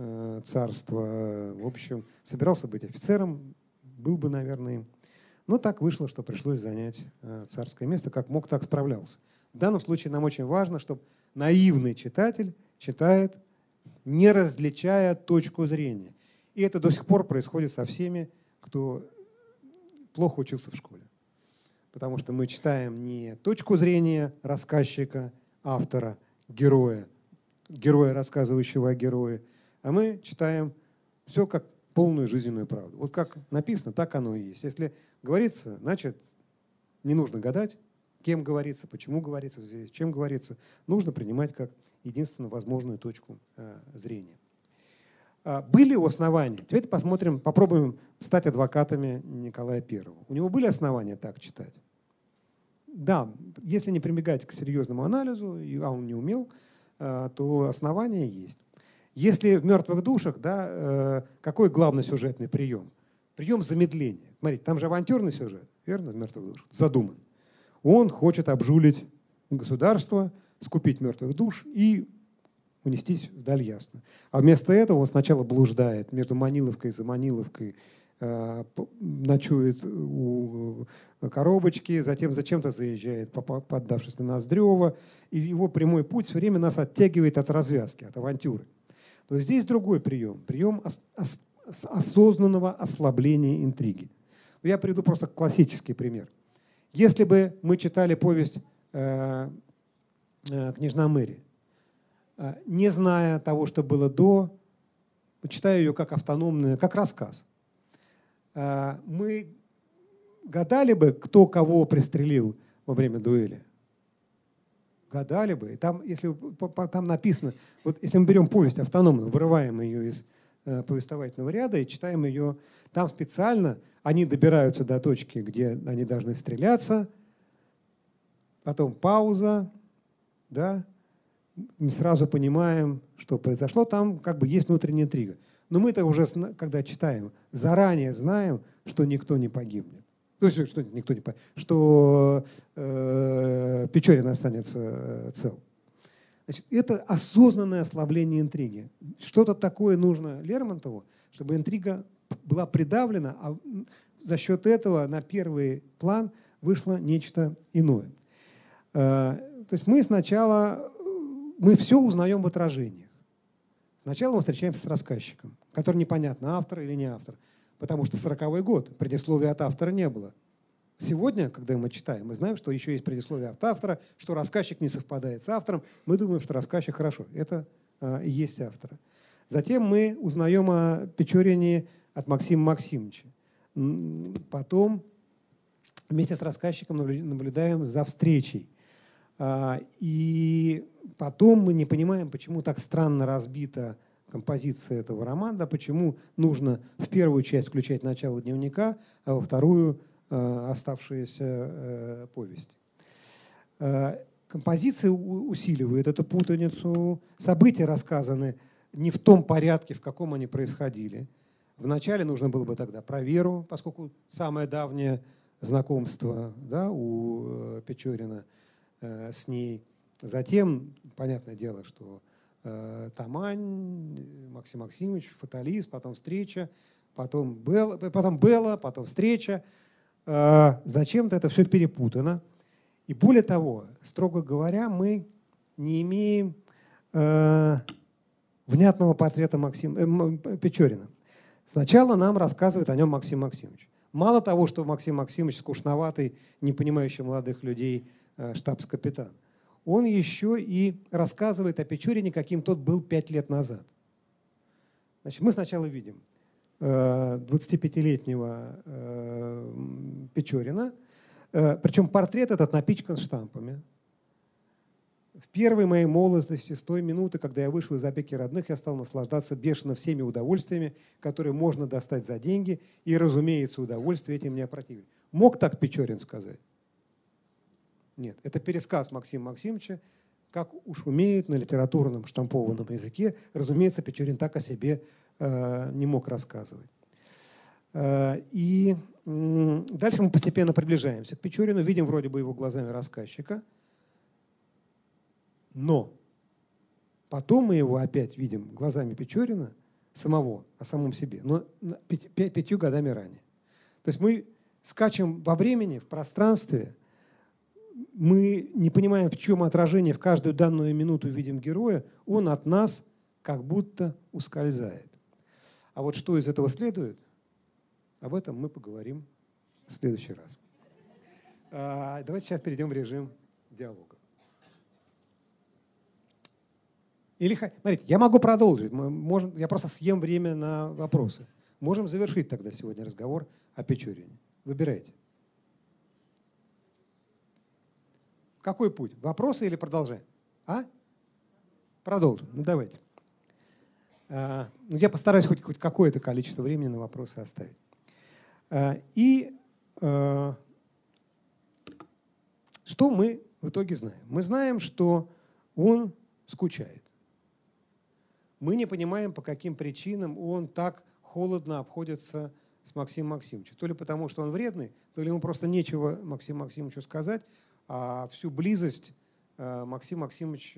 царства. В общем, собирался быть офицером, был бы, наверное, им. Но так вышло, что пришлось занять царское место. Как мог, так справлялся. В данном случае нам очень важно, чтобы наивный читатель читает, не различая точку зрения. И это до сих пор происходит со всеми, кто плохо учился в школе. Потому что мы читаем не точку зрения рассказчика, автора, героя, героя, рассказывающего о герое, а мы читаем все как полную жизненную правду. Вот как написано, так оно и есть. Если говорится, значит, не нужно гадать, кем говорится, почему говорится, чем говорится. Нужно принимать как единственно возможную точку э, зрения. А были у основания? Теперь посмотрим, попробуем стать адвокатами Николая Первого. У него были основания так читать? Да, если не прибегать к серьезному анализу, а он не умел, э, то основания есть. Если в «Мертвых душах», да, э, какой главный сюжетный прием? Прием замедления. Смотрите, там же авантюрный сюжет, верно, в «Мертвых душах»? Задуман. Он хочет обжулить государство, скупить мертвых душ и унестись вдаль ясно. А вместо этого он сначала блуждает между Маниловкой и Заманиловкой, ночует у коробочки, затем зачем-то заезжает, поддавшись на Ноздрева, и его прямой путь все время нас оттягивает от развязки, от авантюры. То есть здесь другой прием, прием осознанного ослабления интриги. Я приведу просто классический пример. Если бы мы читали повесть э, э, «Княжна Мэри», э, не зная того, что было до, читая ее как автономную, как рассказ, э, мы гадали бы, кто кого пристрелил во время дуэли. Гадали бы. И там, если там написано, вот если мы берем повесть автономную, вырываем ее из э, повествовательного ряда и читаем ее, там специально они добираются до точки, где они должны стреляться, потом пауза, да, не сразу понимаем, что произошло, там как бы есть внутренняя интрига. Но мы-то уже, когда читаем, заранее знаем, что никто не погибнет. То есть, что никто не погибнет, что э, Печорин останется цел. Значит, это осознанное ослабление интриги. Что-то такое нужно Лермонтову, чтобы интрига была придавлена, а за счет этого на первый план вышло нечто иное. То есть мы сначала, мы все узнаем в отражениях. Сначала мы встречаемся с рассказчиком, который непонятно, автор или не автор, потому что сороковой год, предисловия от автора не было. Сегодня, когда мы читаем, мы знаем, что еще есть предисловие от автора, что рассказчик не совпадает с автором. Мы думаем, что рассказчик хорошо. Это и есть автор. Затем мы узнаем о Печорине от Максима Максимовича. Потом вместе с рассказчиком наблюдаем за встречей. И потом мы не понимаем, почему так странно разбита композиция этого романа, почему нужно в первую часть включать начало дневника, а во вторую оставшиеся повести. Композиция усиливает эту путаницу. События рассказаны не в том порядке, в каком они происходили. Вначале нужно было бы тогда про Веру, поскольку самое давнее знакомство, да, у Печорина э, с ней. Затем, понятное дело, что э, Тамань, Максим Максимович, фаталист, потом встреча, потом Белла, потом, Белла, потом встреча. Э, зачем-то это все перепутано. И более того, строго говоря, мы не имеем э, внятного портрета Максима, э, Печорина. Сначала нам рассказывает о нем Максим Максимович. Мало того, что Максим Максимович скучноватый, не понимающий молодых людей э, штабс-капитан, он еще и рассказывает о Печорине, каким тот был пять лет назад. Значит, мы сначала видим э, двадцатипятилетнего э, Печорина, э, причем портрет этот напичкан штампами. В первой моей молодости, с той минуты, когда я вышел из опеки родных, я стал наслаждаться бешено всеми удовольствиями, которые можно достать за деньги, и, разумеется, удовольствия этим не опротивили. Мог так Печорин сказать? Нет, это пересказ Максима Максимовича, как уж умеет на литературном штампованном языке. Разумеется, Печорин так о себе э, не мог рассказывать. Э, и э, дальше мы постепенно приближаемся к Печорину, видим вроде бы его глазами рассказчика, но потом мы его опять видим глазами Печорина самого, о самом себе, но пять, пять, пятью годами ранее. То есть мы скачем во времени, в пространстве, мы не понимаем, в чем отражение в каждую данную минуту видим героя, он от нас как будто ускользает. А вот что из этого следует, об этом мы поговорим в следующий раз. А, давайте сейчас перейдем в режим диалога. Или, смотрите, я могу продолжить, мы можем, я просто съем время на вопросы. Можем завершить тогда сегодня разговор о Печорине. Выбирайте. Какой путь? Вопросы или продолжаем? А? Продолжим. Ну, давайте. А, ну, я постараюсь хоть, хоть какое-то количество времени на вопросы оставить. А, и а, что мы в итоге знаем? Мы знаем, что он скучает. Мы не понимаем, по каким причинам он так холодно обходится с Максимом Максимовичем. То ли потому, что он вредный, то ли ему просто нечего Максиму Максимовичу сказать, а всю близость Максим Максимович,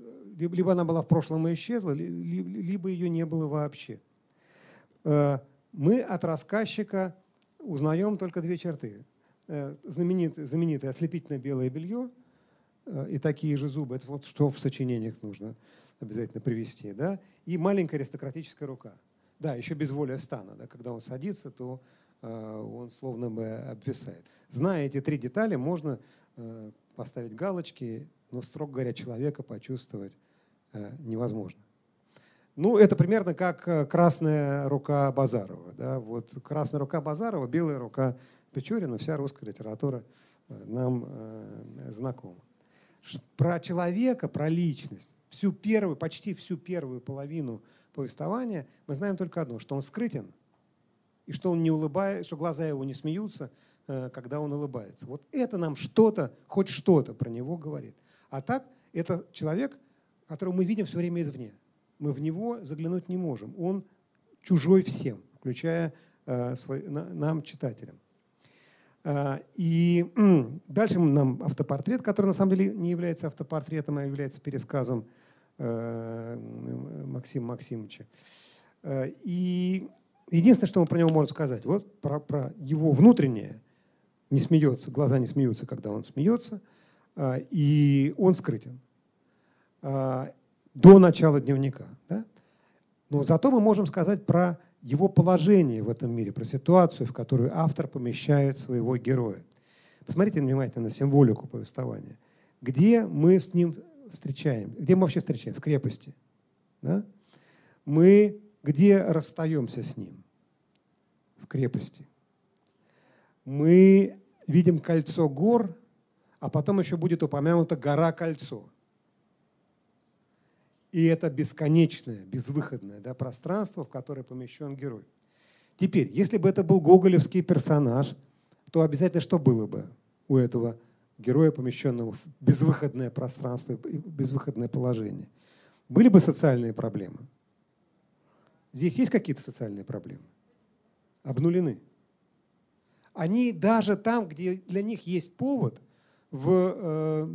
либо она была в прошлом и исчезла, либо ее не было вообще. мы от рассказчика узнаем только две черты. Знаменитое, знаменитое ослепительное белое белье и такие же зубы. Это вот что в сочинениях нужно обязательно привести. Да? И маленькая аристократическая рука. Да, еще безволие стана. Да? Когда он садится, то он словно бы обвисает. Зная эти три детали, можно поставить галочки, но, строго говоря, человека почувствовать невозможно. Ну, это примерно как красная рука Базарова. Да? Вот красная рука Базарова, белая рука Печорина, вся русская литература нам э, знакома. Про человека, про личность, всю первую, почти всю первую половину повествования мы знаем только одно, что он скрытен, и что он не улыбается, что глаза его не смеются, э, когда он улыбается. Вот это нам что-то, хоть что-то про него говорит. А так, это человек, которого мы видим все время извне. Мы в него заглянуть не можем. Он чужой всем, включая э, свой, на, нам, читателям. Э, и э, дальше нам автопортрет, который на самом деле не является автопортретом, а является пересказом э, Максима Максимовича. Э, и единственное, что мы про него можем сказать, вот про, про его внутреннее, не смеется, глаза не смеются, когда он смеется, э, и он скрытен. Э, до начала дневника. Да? Но зато мы можем сказать про его положение в этом мире, про ситуацию, в которую автор помещает своего героя. Посмотрите внимательно на символику повествования. Где мы с ним встречаем? Где мы вообще встречаем? В крепости. Да? Мы где расстаемся с ним? В крепости. Мы видим кольцо гор, а потом еще будет упомянута гора-кольцо. И это бесконечное, безвыходное, да, пространство, в которое помещен герой. Теперь, если бы это был гоголевский персонаж, то обязательно что было бы у этого героя, помещенного в безвыходное пространство, безвыходное положение? Были бы социальные проблемы? Здесь есть какие-то социальные проблемы? Обнулены. Они даже там, где для них есть повод, в... Э,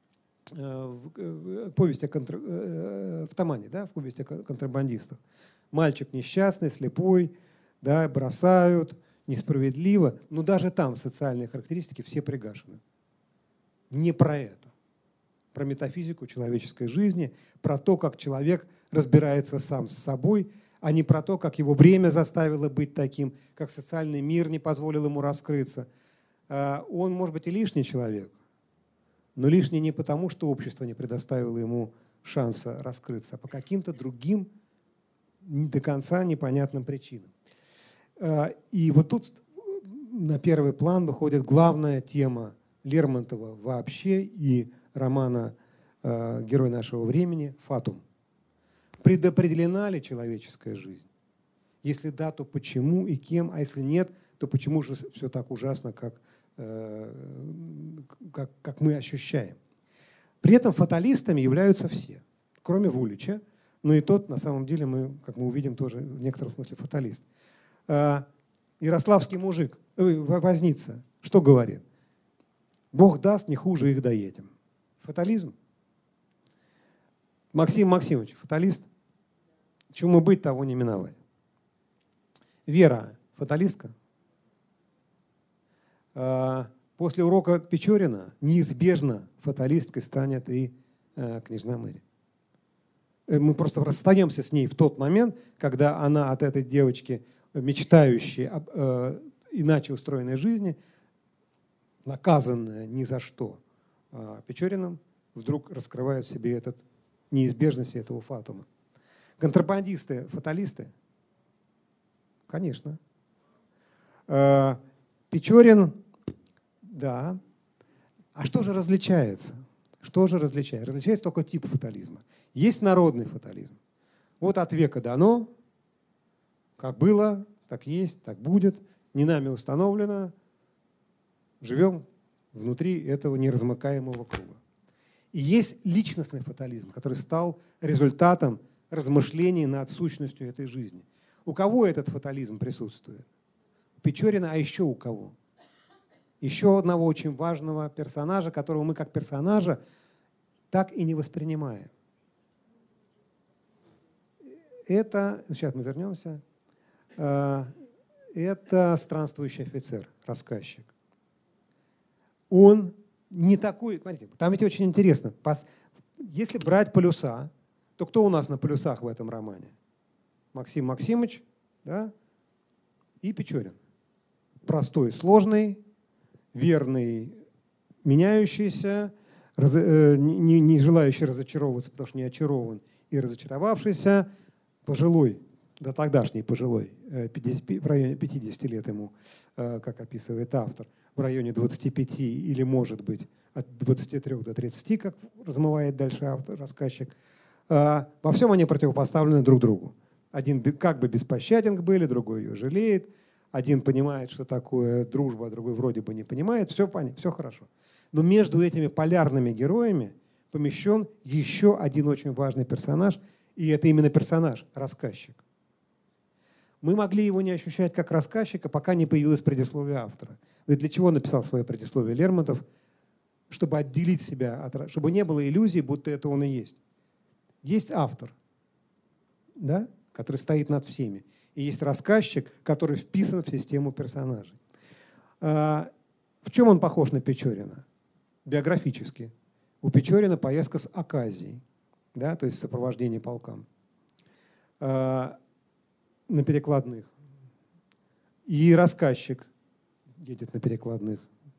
в повести о контр... в Тамане, да, в повести о контрабандистах. Мальчик несчастный, слепой, да, бросают, несправедливо. Но даже там социальные характеристики все пригашены. Не про это. Про метафизику человеческой жизни, про то, как человек разбирается сам с собой, а не про то, как его время заставило быть таким, как социальный мир не позволил ему раскрыться. Он, может быть, и лишний человек, но лишний не потому, что общество не предоставило ему шанса раскрыться, а по каким-то другим, до конца непонятным причинам. И вот тут на первый план выходит главная тема Лермонтова вообще и романа «Герой нашего времени» «Фатум». Предопределена ли человеческая жизнь? Если да, то почему и кем? А если нет, то почему же все так ужасно, как Как, как мы ощущаем. При этом фаталистами являются все, кроме Вулича, но и тот, на самом деле, мы, как мы увидим, тоже в некотором смысле фаталист. Ярославский мужик, возница, что говорит? Бог даст, не хуже их доедем. Фатализм. Максим Максимович, фаталист? Чему быть, того не миновать. Вера, фаталистка? После урока Печорина неизбежно фаталисткой станет и княжна Мэри. Мы просто расстаемся с ней в тот момент, когда она от этой девочки, мечтающей об э, иначе устроенной жизни, наказанная ни за что э, Печориным, вдруг раскрывает в себе этот, неизбежность этого фатума. Контрабандисты, фаталисты? Конечно. Э, Печорин, да. А что же различается? Что же различается? Различается только тип фатализма. Есть народный фатализм. Вот от века дано, как было, так есть, так будет, не нами установлено, живем внутри этого неразмыкаемого круга. И есть личностный фатализм, который стал результатом размышлений над сущностью этой жизни. У кого этот фатализм присутствует? У Печорина, а еще у кого? Еще одного очень важного персонажа, которого мы как персонажа так и не воспринимаем. Это, сейчас мы вернемся, это странствующий офицер, рассказчик. Он не такой, смотрите, там ведь очень интересно. Если брать полюса, то кто у нас на полюсах в этом романе? Максим Максимыч, да, и Печорин. Простой, сложный, верный, меняющийся, раз, э, не, не желающий разочаровываться, потому что не очарован, и разочаровавшийся, пожилой, да тогдашний пожилой, э, пятьдесят, в районе пятидесяти лет ему, э, как описывает автор, в районе двадцати пяти или, может быть, от двадцати трёх до тридцати, как размывает дальше автор, рассказчик. Э, во всем они противопоставлены друг другу. Один как бы беспощаден к Белле, другой ее жалеет. Один понимает, что такое дружба, а другой вроде бы не понимает. Все понятно, все хорошо. Но между этими полярными героями помещен еще один очень важный персонаж. И это именно персонаж, рассказчик. Мы могли его не ощущать как рассказчика, пока не появилось предисловие автора. Ведь для чего написал свое предисловие Лермонтов? Чтобы отделить себя, от, чтобы не было иллюзий, будто это он и есть. Есть автор, да, который стоит над всеми. И есть рассказчик, который вписан в систему персонажей. В чем он похож на Печорина? Биографически. У Печорина поездка с оказией, да, то есть сопровождение полкам, на перекладных. И рассказчик едет на перекладных.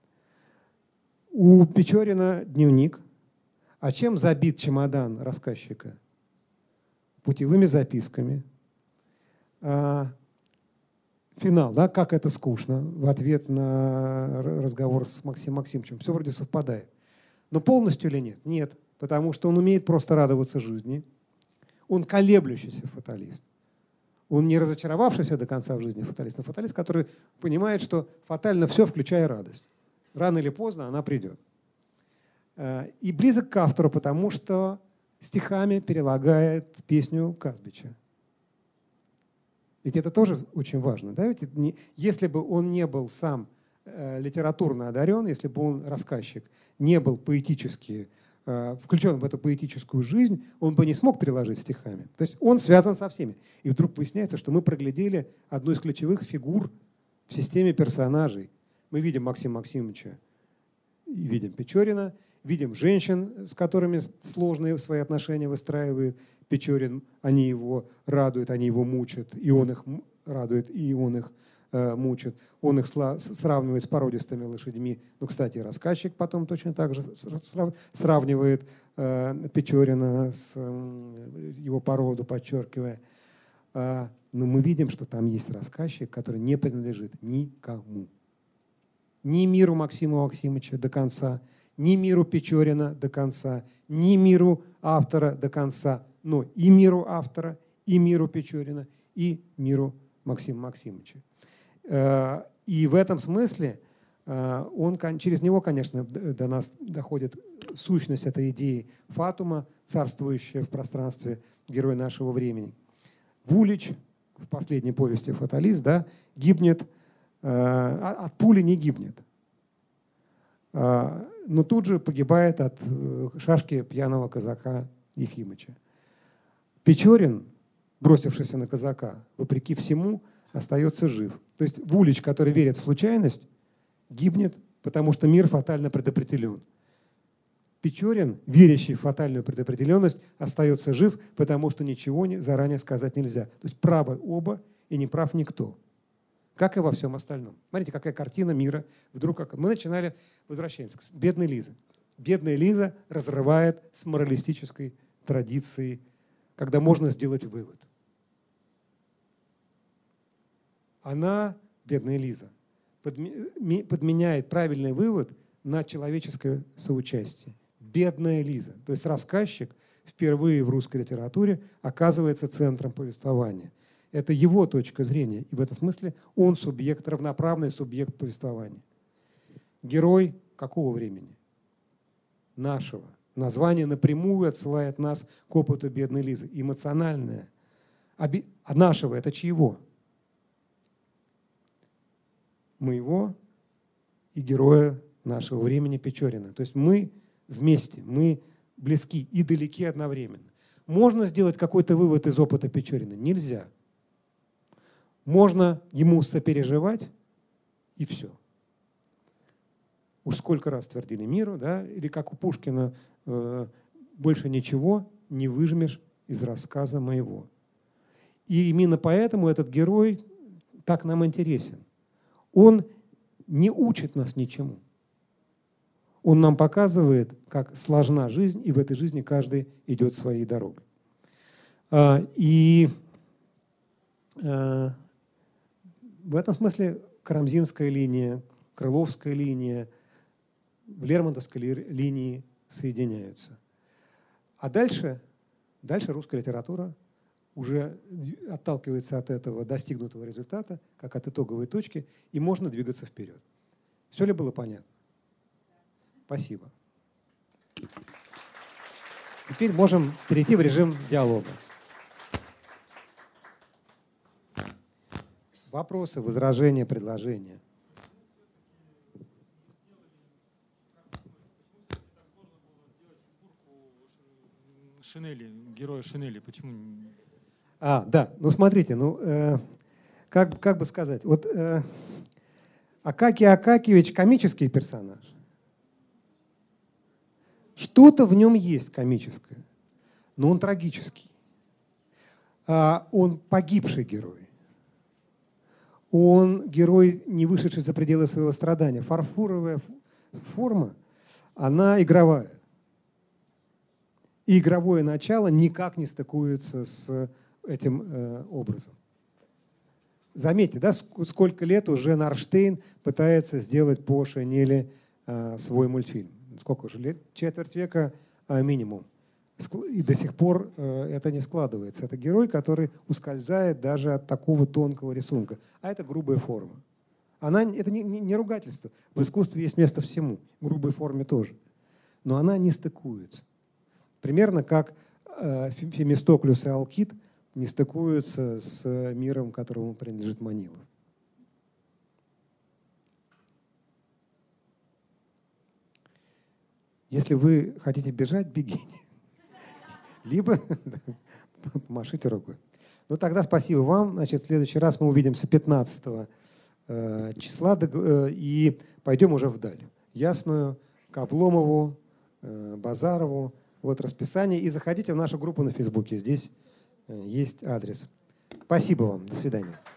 У Печорина дневник. А чем забит чемодан рассказчика? Путевыми записками. А, финал, да, как это скучно, в ответ на разговор с Максимом Максимовичем. Все вроде совпадает. Но полностью или нет? Нет, потому что он умеет просто радоваться жизни. Он колеблющийся фаталист. Он не разочаровавшийся до конца в жизни фаталист, но фаталист, который понимает, что фатально все, включая радость. Рано или поздно она придет. И близок к автору, потому что стихами перелагает песню Казбича. Ведь это тоже очень важно. Да? Ведь не, если бы он не был сам э, литературно одарен, если бы он, рассказчик, не был поэтически э, включен в эту поэтическую жизнь, он бы не смог переложить стихами. То есть он связан со всеми. И вдруг выясняется, что мы проглядели одну из ключевых фигур в системе персонажей. Мы видим Максима Максимовича, видим Печорина, видим женщин, с которыми сложные свои отношения выстраивает Печорин. Они его радуют, они его мучат, и он их радует, и он их э, мучит. Он их сравнивает с породистыми лошадьми. Ну, кстати, рассказчик потом точно так же сравнивает э, Печорина с э, его породу, подчеркивая. Э, но мы видим, что там есть рассказчик, который не принадлежит никому. Ни миру Максима Максимовича до конца, ни миру Печорина до конца, ни миру автора до конца, но и миру автора, и миру Печорина, и миру Максима Максимовича. И в этом смысле он, через него, конечно, до нас доходит сущность этой идеи фатума, царствующая в пространстве, герой нашего времени. Вулич в последней повести «Фаталист», да, гибнет, от пули не гибнет, но тут же погибает от шашки пьяного казака Ефимыча. Печорин, бросившийся на казака, вопреки всему, остается жив. То есть Вулич, который верит в случайность, гибнет, потому что мир фатально предопределен. Печорин, верящий в фатальную предопределенность, остается жив, потому что ничего заранее сказать нельзя. То есть правы оба, и не прав никто. Как и во всем остальном. Смотрите, какая картина мира. Вдруг как... Мы начинали, возвращаемся к бедной Лизе. Бедная Лиза разрывает с моралистической традицией, когда можно сделать вывод. Она, бедная Лиза, подменяет правильный вывод на человеческое соучастие. Бедная Лиза. То есть рассказчик впервые в русской литературе оказывается центром повествования. Это его точка зрения. И в этом смысле он субъект, равноправный субъект повествования. Герой какого времени? Нашего. Название напрямую отсылает нас к опыту бедной Лизы. Эмоциональное. А нашего – это чьего? Моего и героя нашего времени Печорина. То есть мы вместе, мы близки и далеки одновременно. Можно сделать какой-то вывод из опыта Печорина? Нельзя. можно ему сопереживать, и все. Уж сколько раз твердили миру, да, или как у Пушкина, э, больше ничего не выжмешь из рассказа моего. И именно поэтому этот герой так нам интересен. Он не учит нас ничему. Он нам показывает, как сложна жизнь, и в этой жизни каждый идет своей дорогой. А, и а, в этом смысле Карамзинская линия, Крыловская линия, Лермонтовской линии соединяются. А дальше, дальше русская литература уже отталкивается от этого достигнутого результата, как от итоговой точки, и можно двигаться вперед. Все ли было понятно? Спасибо. Теперь можем перейти в режим диалога. Вопросы, возражения, предложения. Шинели, героя Шинели, почему? А, да, ну смотрите, ну э, как, как бы сказать, вот э, Акакий Акакиевич комический персонаж. Что-то в нем есть комическое, но он трагический. А он погибший герой. Он герой, не вышедший за пределы своего страдания. Фарфоровая форма, она игровая. И игровое начало никак не стыкуется с этим э, образом. Заметьте, да, сколько лет уже Нарштейн пытается сделать по Шинели э, свой мультфильм. Сколько уже лет? Четверть века э, минимум. И до сих пор э, это не складывается. Это герой, который ускользает даже от такого тонкого рисунка. А это грубая форма. Она, это не, не, не ругательство. В искусстве есть место всему. В грубой форме тоже. Но она не стыкуется. Примерно как э, Фемистоклюс и Алкид не стыкуются с миром, которому принадлежит Манилов. Если вы хотите бежать, бегите. Либо помашите рукой. Ну тогда спасибо вам. Значит, в следующий раз мы увидимся пятнадцатого числа и пойдем уже вдаль. Ясную, к Обломову, Базарову. Вот расписание. И заходите в нашу группу на Фейсбуке. Здесь есть адрес. Спасибо вам. До свидания.